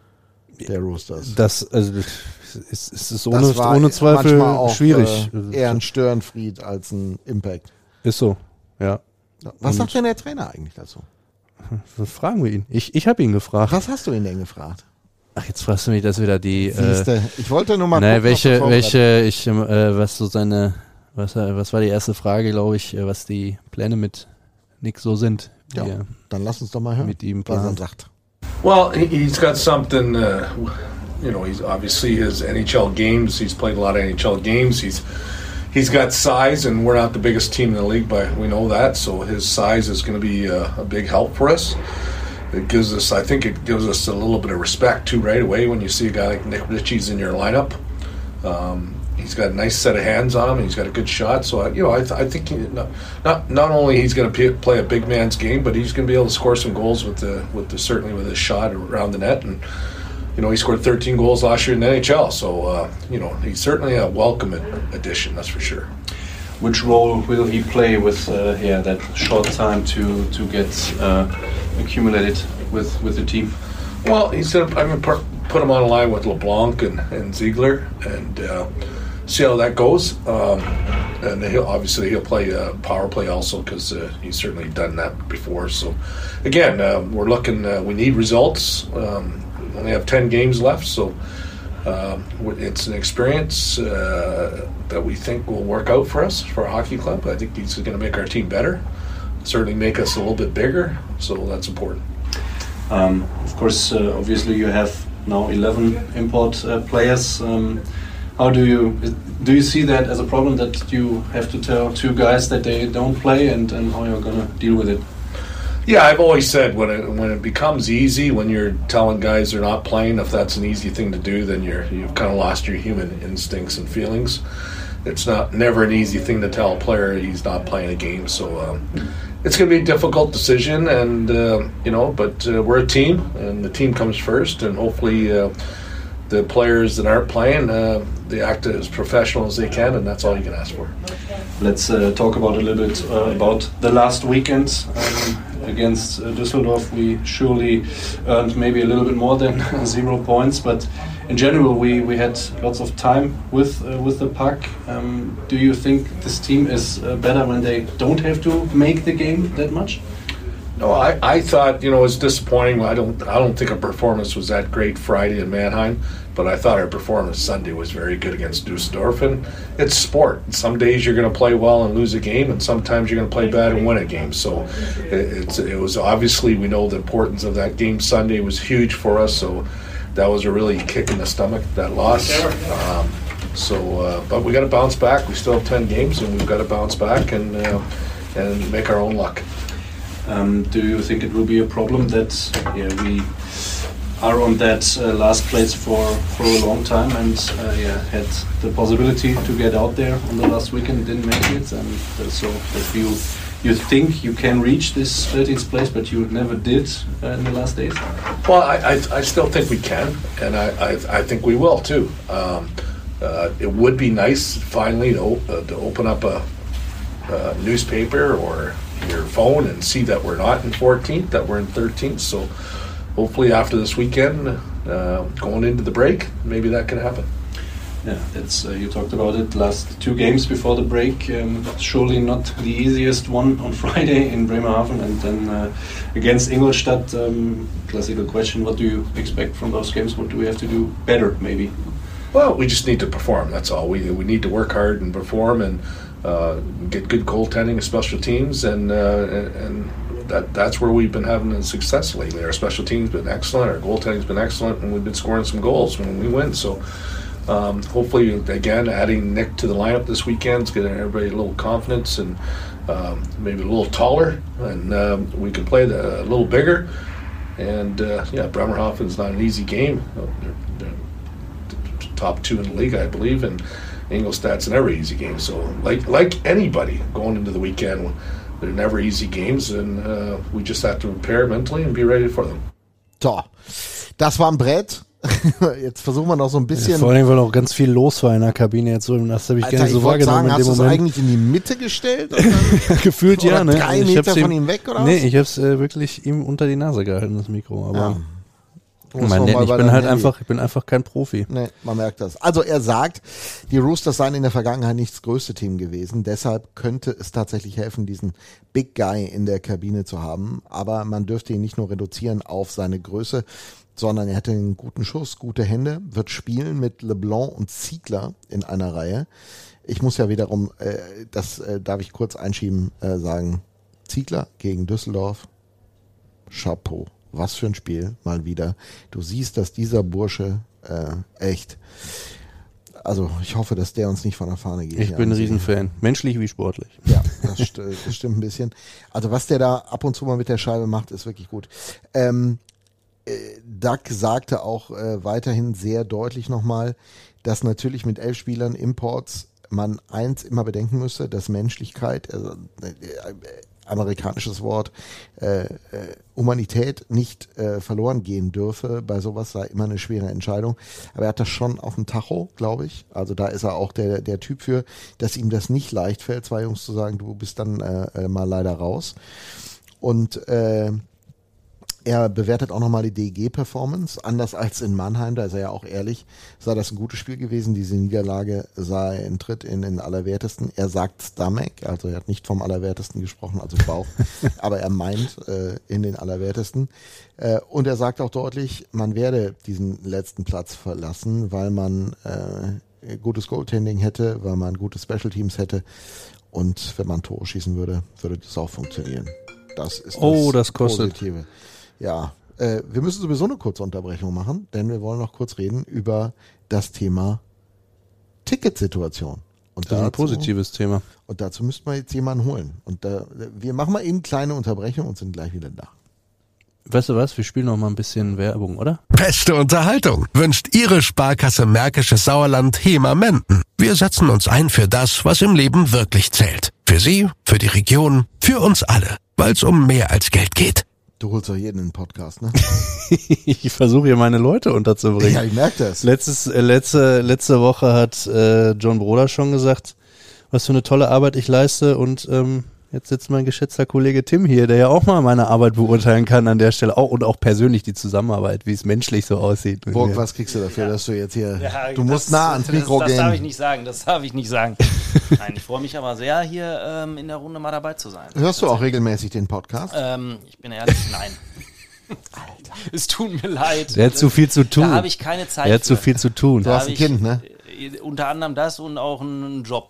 der Roosters. Das, also, es, es ist ohne, Das war ohne Zweifel manchmal auch, schwierig. Äh, eher ein Störenfried als ein Impact. Ist so, ja. Was Und- sagt denn der Trainer eigentlich dazu? Fragen wir ihn. Ich, ich habe ihn gefragt. Was hast du ihn denn gefragt? Ach, jetzt fragst du mich, dass wieder die. Äh, Siehste, ich wollte nur mal ne, gucken, welche, ob du vorbereitet welche, ich, ähm, äh, was so seine, was, äh, was war die erste Frage, glaube ich, äh, was die Pläne mit Nick so sind. Ja, die er dann lass uns doch mal hören, mit ihm was er plant. sagt. Well, he- he's got something. Uh, you know, he's obviously his N H L games. He's played a lot of N H L games. He's he's got size, and we're not the biggest team in the league, but we know that. So his size is going to be uh, a big help for us. It gives us, I think, it gives us a little bit of respect too right away when you see a guy like Nick Ritchie's in your lineup. Um, he's got a nice set of hands on him. And he's got a good shot. So I, you know, I, th- I think he, not, not not only he's going to p- play a big man's game, but he's going to be able to score some goals with the with the certainly with his shot around the net. And you know, he scored thirteen goals last year in the N H L. So uh, you know, he's certainly a welcome addition. That's for sure. Which role will he play with uh, yeah, that short time to to get uh, accumulated with, with the team? Well, he's gonna. I'm gonna put, put him on a line with LeBlanc and, and Ziegler, and uh, see how that goes. Um, and he'll obviously he'll play uh, power play also because uh, he's certainly done that before. So again, uh, we're looking. Uh, we need results. Um, we only have ten games left, so um, it's an experience uh, that we think will work out for us for a hockey club. I think he's going to make our team better. Certainly make us a little bit bigger. So that's important. Um, of course, uh, obviously you have now eleven import uh, players. Um, how do you do you see that as a problem that you have to tell two guys that they don't play, and, and how you're going to deal with it? Yeah, I've always said when it when it becomes easy, when you're telling guys they're not playing, if that's an easy thing to do, then you're you've kind of lost your human instincts and feelings. It's not never an easy thing to tell a player he's not playing a game. So um, it's going to be a difficult decision, and uh, you know, but uh, we're a team, and the team comes first, and hopefully uh, the players that aren't playing, uh, they act as professional as they can, and that's all you can ask for. Let's uh, talk about a little bit uh, about the last weekend um, against uh, Düsseldorf. We surely earned maybe a little bit more than zero points, but in general, we, we had lots of time with uh, with the puck. Um, do you think this team is uh, better when they don't have to make the game that much? No, I, I thought, you know, it was disappointing. I don't I don't think our performance was that great Friday in Mannheim, but I thought our performance Sunday was very good against Düsseldorf. And it's sport. Some days you're going to play well and lose a game, and sometimes you're going to play bad and win a game. So it, it's it was obviously, we know the importance of that game Sunday was huge for us. So that was a really kick in the stomach, that loss. Um, so, uh, but we got to bounce back. We still have ten games, and we've got to bounce back and uh, and make our own luck. Um, do you think it will be a problem that yeah, we are on that uh, last place for, for a long time and uh, yeah, had the possibility to get out there on the last weekend, didn't make it, and uh, so that you you think you can reach this thirteenth place, but you never did uh, in the last days? Well, I, I, I still think we can, and I, I, I think we will too. Um, uh, it would be nice finally to, op- uh, to open up a, a newspaper or your phone and see that we're not in fourteenth, that we're in thirteenth. So hopefully after this weekend, uh, going into the break, maybe that can happen. Yeah, that's uh, you talked about it. Last two games before the break, um, surely not the easiest one on Friday in Bremerhaven, and then uh, against Ingolstadt. Um, classical question: what do you expect from those games? What do we have to do better, maybe? Well, we just need to perform. That's all. We we need to work hard and perform and uh, get good goaltending, special teams, and uh, and, and that that's where we've been having success lately. Our special teams been excellent. Our goaltending's been excellent, and we've been scoring some goals when we win. So. Um, hopefully, again, adding Nick to the lineup this weekend is getting everybody a little confidence and um, maybe a little taller, and um, we can play the, a little bigger. And uh, yeah, Bremerhaven's not an easy game. They're, they're top two in the league, I believe, and Ingolstadt's never easy game. So, like like anybody going into the weekend, they're never easy games, and uh, we just have to prepare mentally and be ready for them. So, das war ein Brett. Jetzt versuchen wir noch so ein bisschen. Ja, vor allem, weil auch ganz viel los war in der Kabine jetzt so. Das habe ich Alter, gerne so ich wahrgenommen sagen, in dem hast Moment. Hast du es eigentlich in die Mitte gestellt? Gefühlt oder ja, ne? Drei ich Meter von ihm, ihm weg oder nee, was? ich habe es äh, wirklich ihm unter die Nase gehalten, das Mikro. Aber ja. man, ich bin halt einfach, ich bin einfach kein Profi. Nee, man merkt das. Also er sagt, die Roosters seien in der Vergangenheit nicht das größte Team gewesen. Deshalb könnte es tatsächlich helfen, diesen Big Guy in der Kabine zu haben. Aber man dürfte ihn nicht nur reduzieren auf seine Größe, sondern er hätte einen guten Schuss, gute Hände, wird spielen mit LeBlanc und Ziegler in einer Reihe. Ich muss ja wiederum, äh, das äh, darf ich kurz einschieben, äh, sagen, Ziegler gegen Düsseldorf, Chapeau. Was für ein Spiel, mal wieder. Du siehst, dass dieser Bursche äh, echt, also ich hoffe, dass der uns nicht von der Fahne geht. Ich bin ein Riesenfan, menschlich wie sportlich. Ja, das, st- das stimmt ein bisschen. Also was der da ab und zu mal mit der Scheibe macht, ist wirklich gut. Ähm, Doug sagte auch äh, weiterhin sehr deutlich nochmal, dass natürlich mit elf Spielern Imports man eins immer bedenken müsse, dass Menschlichkeit, also äh, äh, amerikanisches Wort, äh, äh, Humanität nicht äh, verloren gehen dürfe. Bei sowas sei immer eine schwere Entscheidung. Aber er hat das schon auf dem Tacho, glaube ich. Also da ist er auch der, der Typ für, dass ihm das nicht leicht fällt, zwei Jungs zu sagen, du bist dann äh, äh, mal leider raus. Und äh, er bewertet auch nochmal die D E G-Performance, anders als in Mannheim, da ist er ja auch ehrlich, sei das ein gutes Spiel gewesen, diese Niederlage sei ein Tritt in den Allerwertesten. Er sagt Stomach, also er hat nicht vom Allerwertesten gesprochen, also Bauch, aber er meint äh, in den Allerwertesten. Äh, und er sagt auch deutlich, man werde diesen letzten Platz verlassen, weil man äh, gutes Goaltending hätte, weil man gute Special Teams hätte und wenn man Tore schießen würde, würde das auch funktionieren. Das ist das, oh, das kostet. Positive. Ja, äh, wir müssen sowieso eine kurze Unterbrechung machen, denn wir wollen noch kurz reden über das Thema Ticketsituation. Und das ist ein positives Thema. Und dazu müssten wir jetzt jemanden holen. Und da, wir machen mal eben eine kleine Unterbrechung und sind gleich wieder da. Weißt du was, wir spielen noch mal ein bisschen Werbung, oder? Beste Unterhaltung wünscht Ihre Sparkasse Märkisches Sauerland HEMA Menden. Wir setzen uns ein für das, was im Leben wirklich zählt. Für Sie, für die Region, für uns alle. Weil es um mehr als Geld geht. Du holst doch jeden in den Podcast, ne? Ich versuche hier meine Leute unterzubringen. Ja, ich merke das. Letztes, äh, letzte, letzte Woche hat äh, John Broder schon gesagt, was für eine tolle Arbeit ich leiste und ähm, jetzt sitzt mein geschätzter Kollege Tim hier, der ja auch mal meine Arbeit beurteilen kann an der Stelle auch und auch persönlich die Zusammenarbeit, wie es menschlich so aussieht. Burg, was kriegst du dafür, ja. dass du jetzt hier, ja, du das, musst nah ans Mikro das, gehen. Das darf ich nicht sagen, das darf ich nicht sagen. Nein, ich freue mich aber sehr, hier ähm, in der Runde mal dabei zu sein. Hörst du auch regelmäßig den Podcast? Ähm, ich bin ehrlich, nein. Alter. Es tut mir leid. Der hat zu viel zu tun. Da habe ich keine Zeit Der hat für. zu viel zu tun. Du hast ein ich, Kind, ne? Äh, unter anderem das und auch einen Job.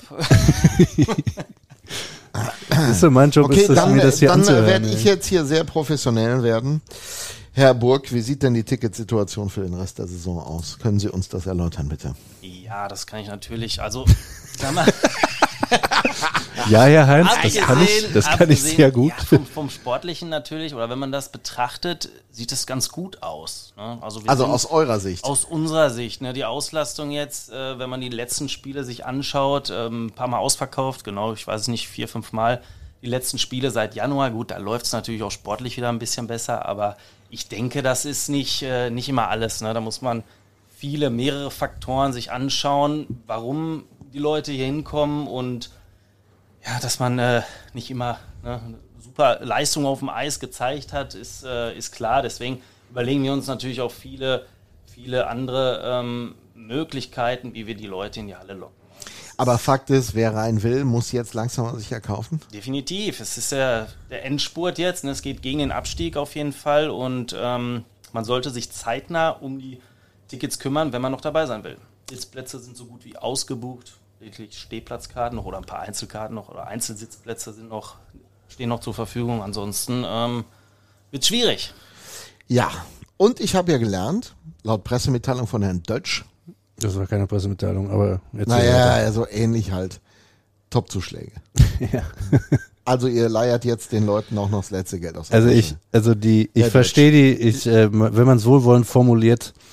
Ist so, mein Job okay, ist das, dann, mir das hier dann anzuhören. werde ich jetzt hier sehr professionell werden. Herr Burg, wie sieht denn die Ticketsituation für den Rest der Saison aus? Können Sie uns das erläutern, bitte? Ja, das kann ich natürlich. Also, sag mal. Ja, Herr Heinz, das abgesehen, kann ich, das kann ich sehr gut. Ja, vom, vom Sportlichen natürlich, oder wenn man das betrachtet, sieht es ganz gut aus. Ne? Also, wir Also sind, aus eurer Sicht? Aus unserer Sicht. Ne? Die Auslastung jetzt, äh, wenn man die letzten Spiele sich anschaut, ähm, ein paar Mal ausverkauft, genau, ich weiß es nicht, vier, fünf Mal. Die letzten Spiele seit Januar, gut, da läuft es natürlich auch sportlich wieder ein bisschen besser, aber ich denke, das ist nicht, äh, nicht immer alles. Ne? Da muss man viele, mehrere Faktoren sich anschauen, warum die Leute hier hinkommen und ja, dass man äh, nicht immer ne, eine super Leistung auf dem Eis gezeigt hat, ist, äh, ist klar. Deswegen überlegen wir uns natürlich auch viele, viele andere ähm, Möglichkeiten, wie wir die Leute in die Halle locken. Aber Fakt ist, wer rein will, muss jetzt langsam sich erkaufen? Definitiv. Es ist ja der Endspurt jetzt. Ne? Es geht gegen den Abstieg auf jeden Fall. Und ähm, man sollte sich zeitnah um die Tickets kümmern, wenn man noch dabei sein will. Sitzplätze sind so gut wie ausgebucht. Lediglich Stehplatzkarten noch oder ein paar Einzelkarten noch oder Einzelsitzplätze sind noch, stehen noch zur Verfügung. Ansonsten ähm, wird es schwierig. Ja, und ich habe ja gelernt, laut Pressemitteilung von Herrn Dötsch, das war keine Pressemitteilung, aber jetzt. Naja, ja, so ähnlich halt. Top-Zuschläge. Ja. Also ihr leiert jetzt den Leuten auch noch das letzte Geld aus. Also ich, also die, ich Ja, verstehe die, ich, äh, wenn man es wohlwollend formuliert,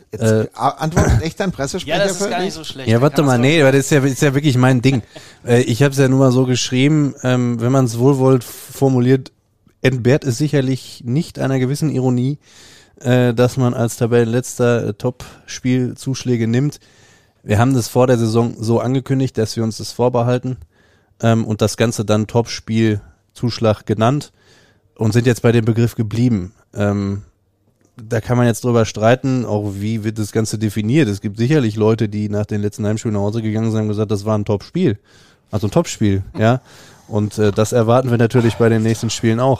Jetzt äh, antwortet echt dein Pressesprecher? Ja, das ist für gar dich? nicht so schlecht. Ja, warte mal, nee, aber das ist ja, ist ja wirklich mein Ding. äh, ich habe es ja nur mal so geschrieben, ähm, wenn man es wohlwollend formuliert, entbehrt es sicherlich nicht einer gewissen Ironie, äh, dass man als Tabellenletzter äh, Top-Spielzuschläge nimmt. Wir haben das vor der Saison so angekündigt, dass wir uns das vorbehalten ähm, und das Ganze dann Top-Spielzuschlag genannt und sind jetzt bei dem Begriff geblieben. Ähm, da kann man jetzt drüber streiten, auch wie wird das Ganze definiert. Es gibt sicherlich Leute, die nach den letzten Heimspielen nach Hause gegangen sind und gesagt, das war ein Top-Spiel. Also ein Top-Spiel, ja. Und äh, das erwarten wir natürlich bei den nächsten Spielen auch.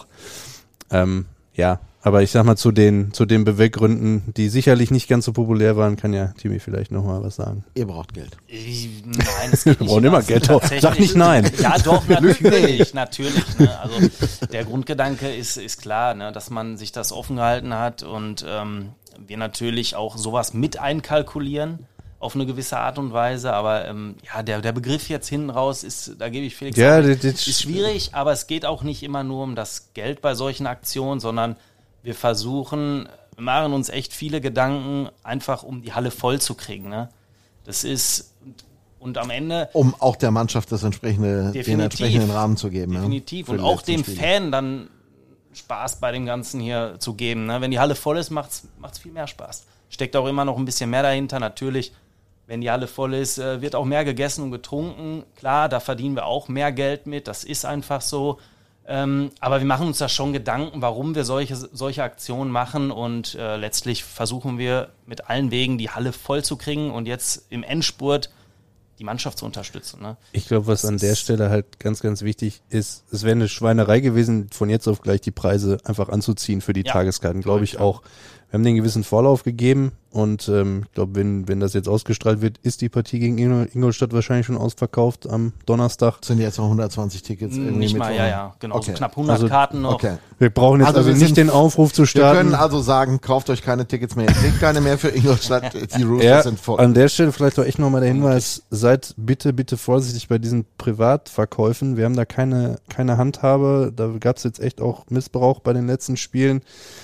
Ähm, ja, aber ich sag mal, zu den zu den Beweggründen, die sicherlich nicht ganz so populär waren, kann ja Timmy vielleicht nochmal was sagen. Ihr braucht Geld. Ich, nein, es geht nicht. Wir brauchen immer Geld. Sag nicht nein. Ja, doch, natürlich, natürlich. Ne? Also der Grundgedanke ist, ist klar, ne? Dass man sich das offen gehalten hat und ähm, wir natürlich auch sowas mit einkalkulieren auf eine gewisse Art und Weise, aber ähm, ja, der, der Begriff jetzt hinten raus ist, da gebe ich Felix ja, recht, das, das ist schwierig, aber es geht auch nicht immer nur um das Geld bei solchen Aktionen, sondern wir versuchen, wir machen uns echt viele Gedanken, einfach um die Halle voll zu kriegen. Ne? Das ist, und, und am Ende... Um auch der Mannschaft das entsprechende, den entsprechenden Rahmen zu geben. Definitiv. Ja, und auch dem Spiele. Fan dann Spaß bei dem Ganzen hier zu geben. Ne? Wenn die Halle voll ist, macht es viel mehr Spaß. Steckt auch immer noch ein bisschen mehr dahinter. Natürlich, wenn die Halle voll ist, wird auch mehr gegessen und getrunken. Klar, da verdienen wir auch mehr Geld mit. Das ist einfach so. Ähm, aber wir machen uns da schon Gedanken, warum wir solche, solche Aktionen machen und äh, letztlich versuchen wir mit allen Wegen die Halle voll zu kriegen und jetzt im Endspurt die Mannschaft zu unterstützen. Ne? Ich glaube, was das an der Stelle halt ganz, ganz wichtig ist, es wäre eine Schweinerei gewesen, von jetzt auf gleich die Preise einfach anzuziehen für die ja, Tageskarten, glaube ich auch. Wir haben den gewissen Vorlauf gegeben und ähm, ich glaube, wenn wenn das jetzt ausgestrahlt wird, ist die Partie gegen Ingolstadt wahrscheinlich schon ausverkauft am Donnerstag. Sind jetzt noch hundertzwanzig Tickets irgendwie Nicht mit mal, vor? ja, ja, genau, Okay. so knapp hundert Also, Karten noch. Okay. Wir brauchen jetzt Also also, wir nicht sind- den Aufruf zu Wir starten. können also sagen, kauft euch keine Tickets mehr, ihr kriegt keine mehr für Ingolstadt, die Roosters Ja, sind voll. an der Stelle vielleicht auch echt nochmal der Hinweis, seid bitte, bitte vorsichtig bei diesen Privatverkäufen. Wir haben da keine, keine Handhabe, da gab es jetzt echt auch Missbrauch bei den letzten Spielen.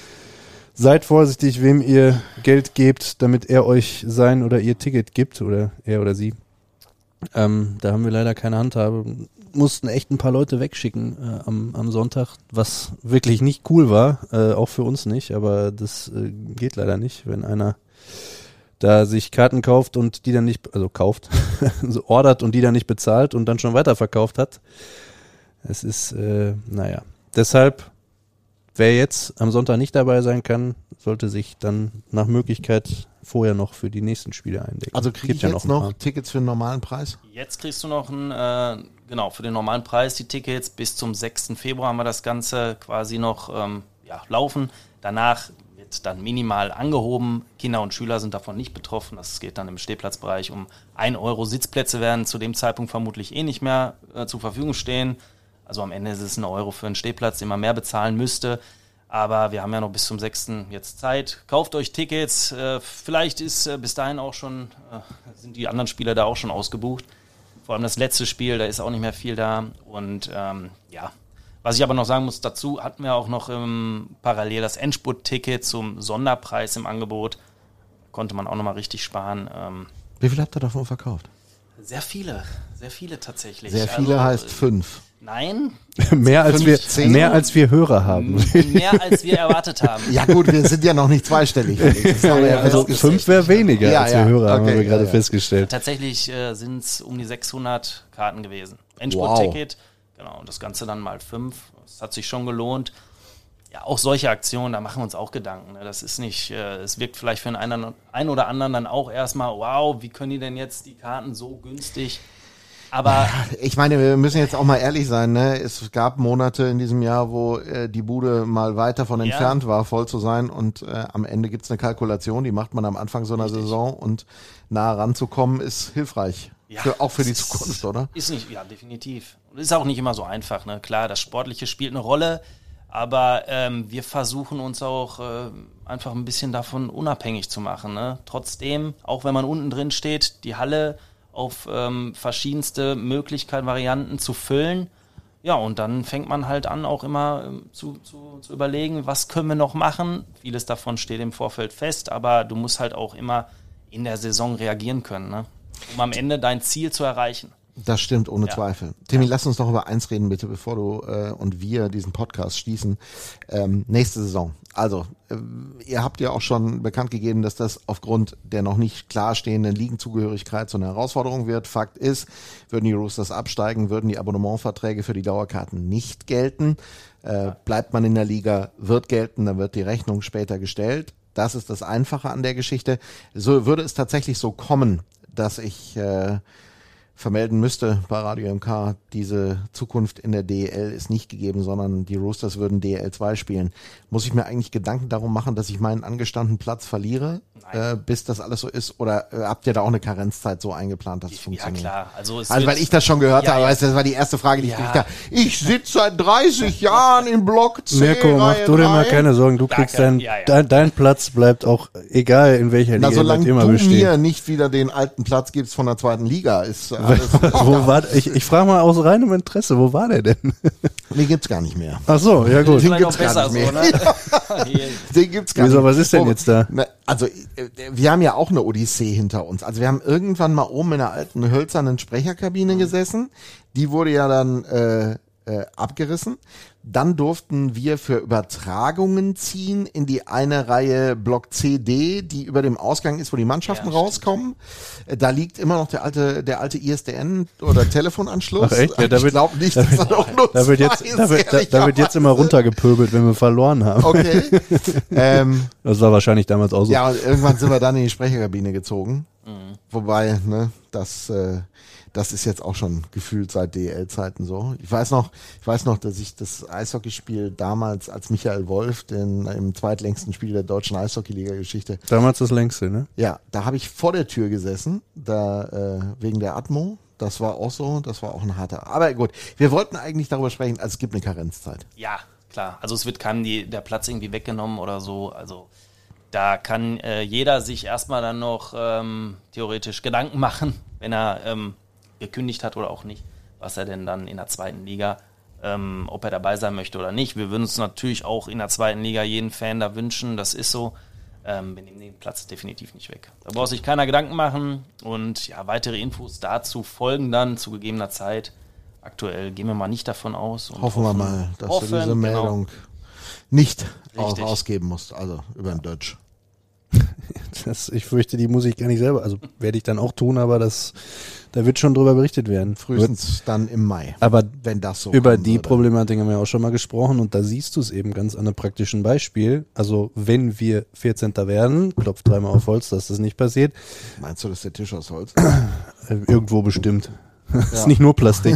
Seid vorsichtig, wem ihr Geld gebt, damit er euch sein oder ihr Ticket gibt oder er oder sie. Ähm, da haben wir leider keine Handhabe. Mussten echt ein paar Leute wegschicken äh, am, am Sonntag, was wirklich nicht cool war, äh, auch für uns nicht, aber das äh, geht leider nicht, wenn einer da sich Karten kauft und die dann nicht, also kauft, so ordert und die dann nicht bezahlt und dann schon weiterverkauft hat. Es ist, äh, naja, deshalb, wer jetzt am Sonntag nicht dabei sein kann, sollte sich dann nach Möglichkeit vorher noch für die nächsten Spiele eindecken. Also kriege Gibt ich ja jetzt ein noch paar. Tickets für einen normalen Preis? Jetzt kriegst du noch ein, äh, genau, für den normalen Preis die Tickets. Bis zum sechsten Februar haben wir das Ganze quasi noch ähm, ja, laufen. Danach wird dann minimal angehoben. Kinder und Schüler sind davon nicht betroffen. Das geht dann im Stehplatzbereich um ein Euro. Sitzplätze werden zu dem Zeitpunkt vermutlich eh nicht mehr äh, zur Verfügung stehen. Also am Ende ist es ein Euro für einen Stehplatz, den man mehr bezahlen müsste. Aber wir haben ja noch bis zum sechsten jetzt Zeit. Kauft euch Tickets. Äh, vielleicht ist äh, bis dahin auch schon, äh, sind die anderen Spieler da auch schon ausgebucht. Vor allem das letzte Spiel, da ist auch nicht mehr viel da. Und ähm, ja, was ich aber noch sagen muss, dazu hatten wir auch noch ähm, parallel das Endspurt-Ticket zum Sonderpreis im Angebot. Konnte man auch nochmal richtig sparen. Ähm, Wie viel habt ihr davon verkauft? sehr viele, sehr viele tatsächlich. Sehr viele Also, heißt fünf. Nein, mehr als wir, fünfzehn? mehr als wir Hörer haben. mehr als wir erwartet haben. Ja gut, wir sind ja noch nicht zweistellig. Felix. Das haben wir ja Also festgestellt. fünf wäre weniger Ja, als ja, wir Hörer, haben okay, wir gerade ja, ja. festgestellt. Tatsächlich äh, sind es um die sechshundert Karten gewesen. Endspurt-Ticket, genau, und das Ganze dann mal fünf. Das hat sich schon gelohnt. Ja, auch solche Aktionen, da machen wir uns auch Gedanken. Ne? Das ist nicht, äh, es wirkt vielleicht für den einen, einen oder anderen dann auch erstmal, wow, wie können die denn jetzt die Karten so günstig? Aber Ich meine, wir müssen jetzt auch mal ehrlich sein, ne? Es gab Monate in diesem Jahr, wo äh, die Bude mal weit davon Ja. entfernt war, voll zu sein, und äh, am Ende gibt's eine Kalkulation, die macht man am Anfang so einer Richtig. Saison, und nah ranzukommen ist hilfreich. Ja, für, auch für die es Zukunft, oder? Ist nicht, ja, definitiv. Und ist auch nicht immer so einfach, ne? Klar, das Sportliche spielt eine Rolle, aber ähm, wir versuchen uns auch äh, einfach ein bisschen davon unabhängig zu machen, ne? Trotzdem, auch wenn man unten drin steht, die Halle auf ähm, verschiedenste Möglichkeiten, Varianten zu füllen. Ja, und dann fängt man halt an, auch immer ähm, zu, zu, zu überlegen, was können wir noch machen. Vieles davon steht im Vorfeld fest, aber du musst halt auch immer in der Saison reagieren können, ne? Um am Ende dein Ziel zu erreichen. Das stimmt, ohne Ja. Zweifel. Timmy, lass uns noch über eins reden, bitte, bevor du äh, und wir diesen Podcast schließen. Ähm, nächste Saison. Also, äh, ihr habt ja auch schon bekannt gegeben, dass das aufgrund der noch nicht klarstehenden Ligenzugehörigkeit so eine Herausforderung wird. Fakt ist, würden die Roosters absteigen, würden die Abonnementverträge für die Dauerkarten nicht gelten. Äh, bleibt man in der Liga, wird gelten, dann wird die Rechnung später gestellt. Das ist das Einfache an der Geschichte. So würde es tatsächlich so kommen, dass ich äh, vermelden müsste bei Radio M K, diese Zukunft in der D E L ist nicht gegeben, sondern die Roosters würden D E L zwei spielen. Muss ich mir eigentlich Gedanken darum machen, dass ich meinen angestammten Platz verliere, äh, bis das alles so ist? Oder äh, habt ihr da auch eine Karenzzeit so eingeplant, dass es funktioniert? Ja, klar. Also, es Also weil wird- ich das schon gehört Ja, habe, ja. weißt du, das war die erste Frage, die ich Ja. gekriegt habe. Ich sitze seit dreißig Jahren in Block C. Mirko, mach Reihe du dir mal drei. keine Sorgen, du kriegst dein, ja, ja. dein, dein Platz bleibt auch, egal in welcher Liga, Na, solange bleibt immer du bestehen. mir nicht wieder den alten Platz gibst von der zweiten Liga, ist alles. Wo war, ich ich frage mal aus reinem Interesse, wo war der denn? Den gibt's gar nicht mehr. Ach so, ja gut. Den Vielleicht gibt's auch besser gar nicht so, mehr. ne? Hier. Den gibt's gar Wieso, nicht. was ist denn Oh, jetzt da? na, Also, äh, wir haben ja auch eine Odyssee hinter uns. Also, wir haben irgendwann mal oben in einer alten hölzernen Sprecherkabine gesessen. Die wurde ja dann äh, äh, abgerissen. Dann durften wir für Übertragungen ziehen in die eine Reihe Block C D, die über dem Ausgang ist, wo die Mannschaften Ja, rauskommen. Äh, Da liegt immer noch der alte, der alte I S D N oder Telefonanschluss. Ach echt? Ja, da ich wird- glaube nicht, da dass wird- er noch nutzbar Da wird jetzt, ist, da wird, da, da wird jetzt immer ehrlicherweise. runtergepöbelt, wenn wir verloren haben. Okay. ähm, Das war wahrscheinlich damals auch so. ja, und irgendwann sind wir dann in die Sprecherkabine gezogen. Wobei, ne, das, äh, das ist jetzt auch schon gefühlt seit D E L-Zeiten so. Ich weiß noch, ich weiß noch, dass ich das Eishockeyspiel damals als Michael Wolf, den im zweitlängsten Spiel der deutschen Eishockey-Liga-Geschichte, Damals das längste, ne? ja, da habe ich vor der Tür gesessen, da äh, wegen der Atmo. Das war auch so, das war auch ein harter. Aber gut, wir wollten eigentlich darüber sprechen, also es gibt eine Karenzzeit. Ja, klar. Also es wird keinem die, der Platz irgendwie weggenommen oder so. Also da kann äh, jeder sich erstmal dann noch ähm, theoretisch Gedanken machen, wenn er ähm, gekündigt hat oder auch nicht, was er denn dann in der zweiten Liga, ähm, ob er dabei sein möchte oder nicht. Wir würden uns natürlich auch in der zweiten Liga jeden Fan da wünschen, das ist so. Ähm, wir nehmen den Platz definitiv nicht weg. Da braucht sich keiner Gedanken machen und ja, weitere Infos dazu folgen dann zu gegebener Zeit. Aktuell gehen wir mal nicht davon aus. Und Hoffen wir mal, dass hoffen, du diese genau. Meldung nicht auch Richtig. rausgeben musst, also über den Dutch. Das, ich fürchte, die muss ich gar nicht selber, also werde ich dann auch tun, aber das, da wird schon drüber berichtet werden. Frühestens dann im Mai, Aber wenn das so über kommen die würde. Problematik haben wir auch schon mal gesprochen und da siehst du es eben ganz an einem praktischen Beispiel. Also wenn wir vierzehnter werden, klopf dreimal auf Holz, dass das nicht passiert, Meinst du, dass der Tisch aus Holz? äh, irgendwo bestimmt. Das ist nicht nur Plastik.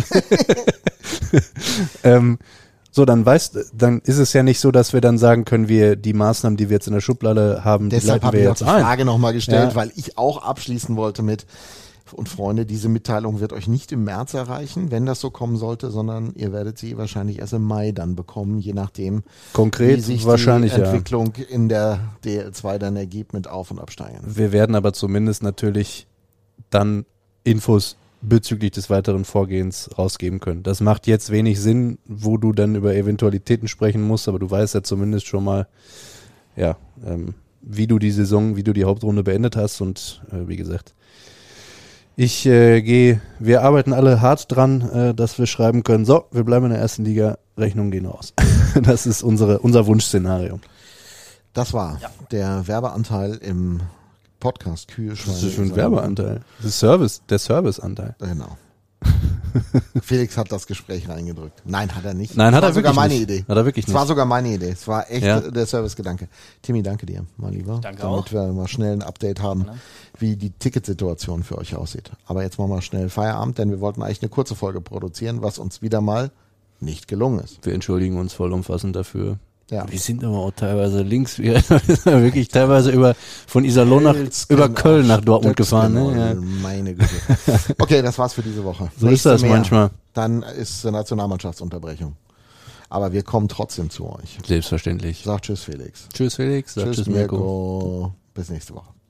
ähm, so, dann weißt, dann ist es ja nicht so, dass wir dann sagen können, wir die Maßnahmen, die wir jetzt in der Schublade haben, die Deshalb leiten habe wir ich auch jetzt die ein. Frage nochmal gestellt, Ja. weil ich auch abschließen wollte mit, und Freunde, diese Mitteilung wird euch nicht im März erreichen, wenn das so kommen sollte, sondern ihr werdet sie wahrscheinlich erst im Mai dann bekommen, je nachdem, Konkret wie sich wahrscheinlich, die ja. Entwicklung in der D L zwei dann ergibt mit Auf- und Absteigern. Wir werden aber zumindest natürlich dann Infos bezüglich des weiteren Vorgehens rausgeben können. Das macht jetzt wenig Sinn, wo du dann über Eventualitäten sprechen musst, aber du weißt ja zumindest schon mal, ja, ähm, wie du die Saison, wie du die Hauptrunde beendet hast und äh, wie gesagt, ich äh, gehe, wir arbeiten alle hart dran, äh, dass wir schreiben können, so, wir bleiben in der ersten Liga, Rechnungen gehen raus. Das ist unsere, unser Wunschszenario. Das war Ja. der Werbeanteil im Podcast Kühlschwein. Das ist für ein Werbeanteil. Das ist Service, der Serviceanteil. Genau. Felix hat das Gespräch reingedrückt. Nein, hat er nicht. Nein, hat Es war er sogar wirklich meine nicht. Idee. Hat er wirklich Es war nicht. sogar meine Idee. Es war echt Ja. der Servicegedanke. Timmy, danke dir, mein Lieber. Danke damit auch. wir mal schnell ein Update haben, Ja. wie die Ticketsituation für euch aussieht. Aber jetzt machen wir schnell Feierabend, denn wir wollten eigentlich eine kurze Folge produzieren, was uns wieder mal nicht gelungen ist. Wir entschuldigen uns vollumfassend dafür. Ja. Wir sind aber auch teilweise links, wir sind wirklich teilweise über von Iserlohn nach, Elsken über Köln nach auf Dortmund gefahren. Ne? Ja. Stöcksken, Meine Güte. Okay, das war's für diese Woche. So ist Nächste das mehr. manchmal. Dann ist Nationalmannschaftsunterbrechung. Aber wir kommen trotzdem zu euch. Selbstverständlich. Sag tschüss, Felix. Tschüss Felix, sag Tschüss, tschüss Mirko. Mirko. Bis nächste Woche.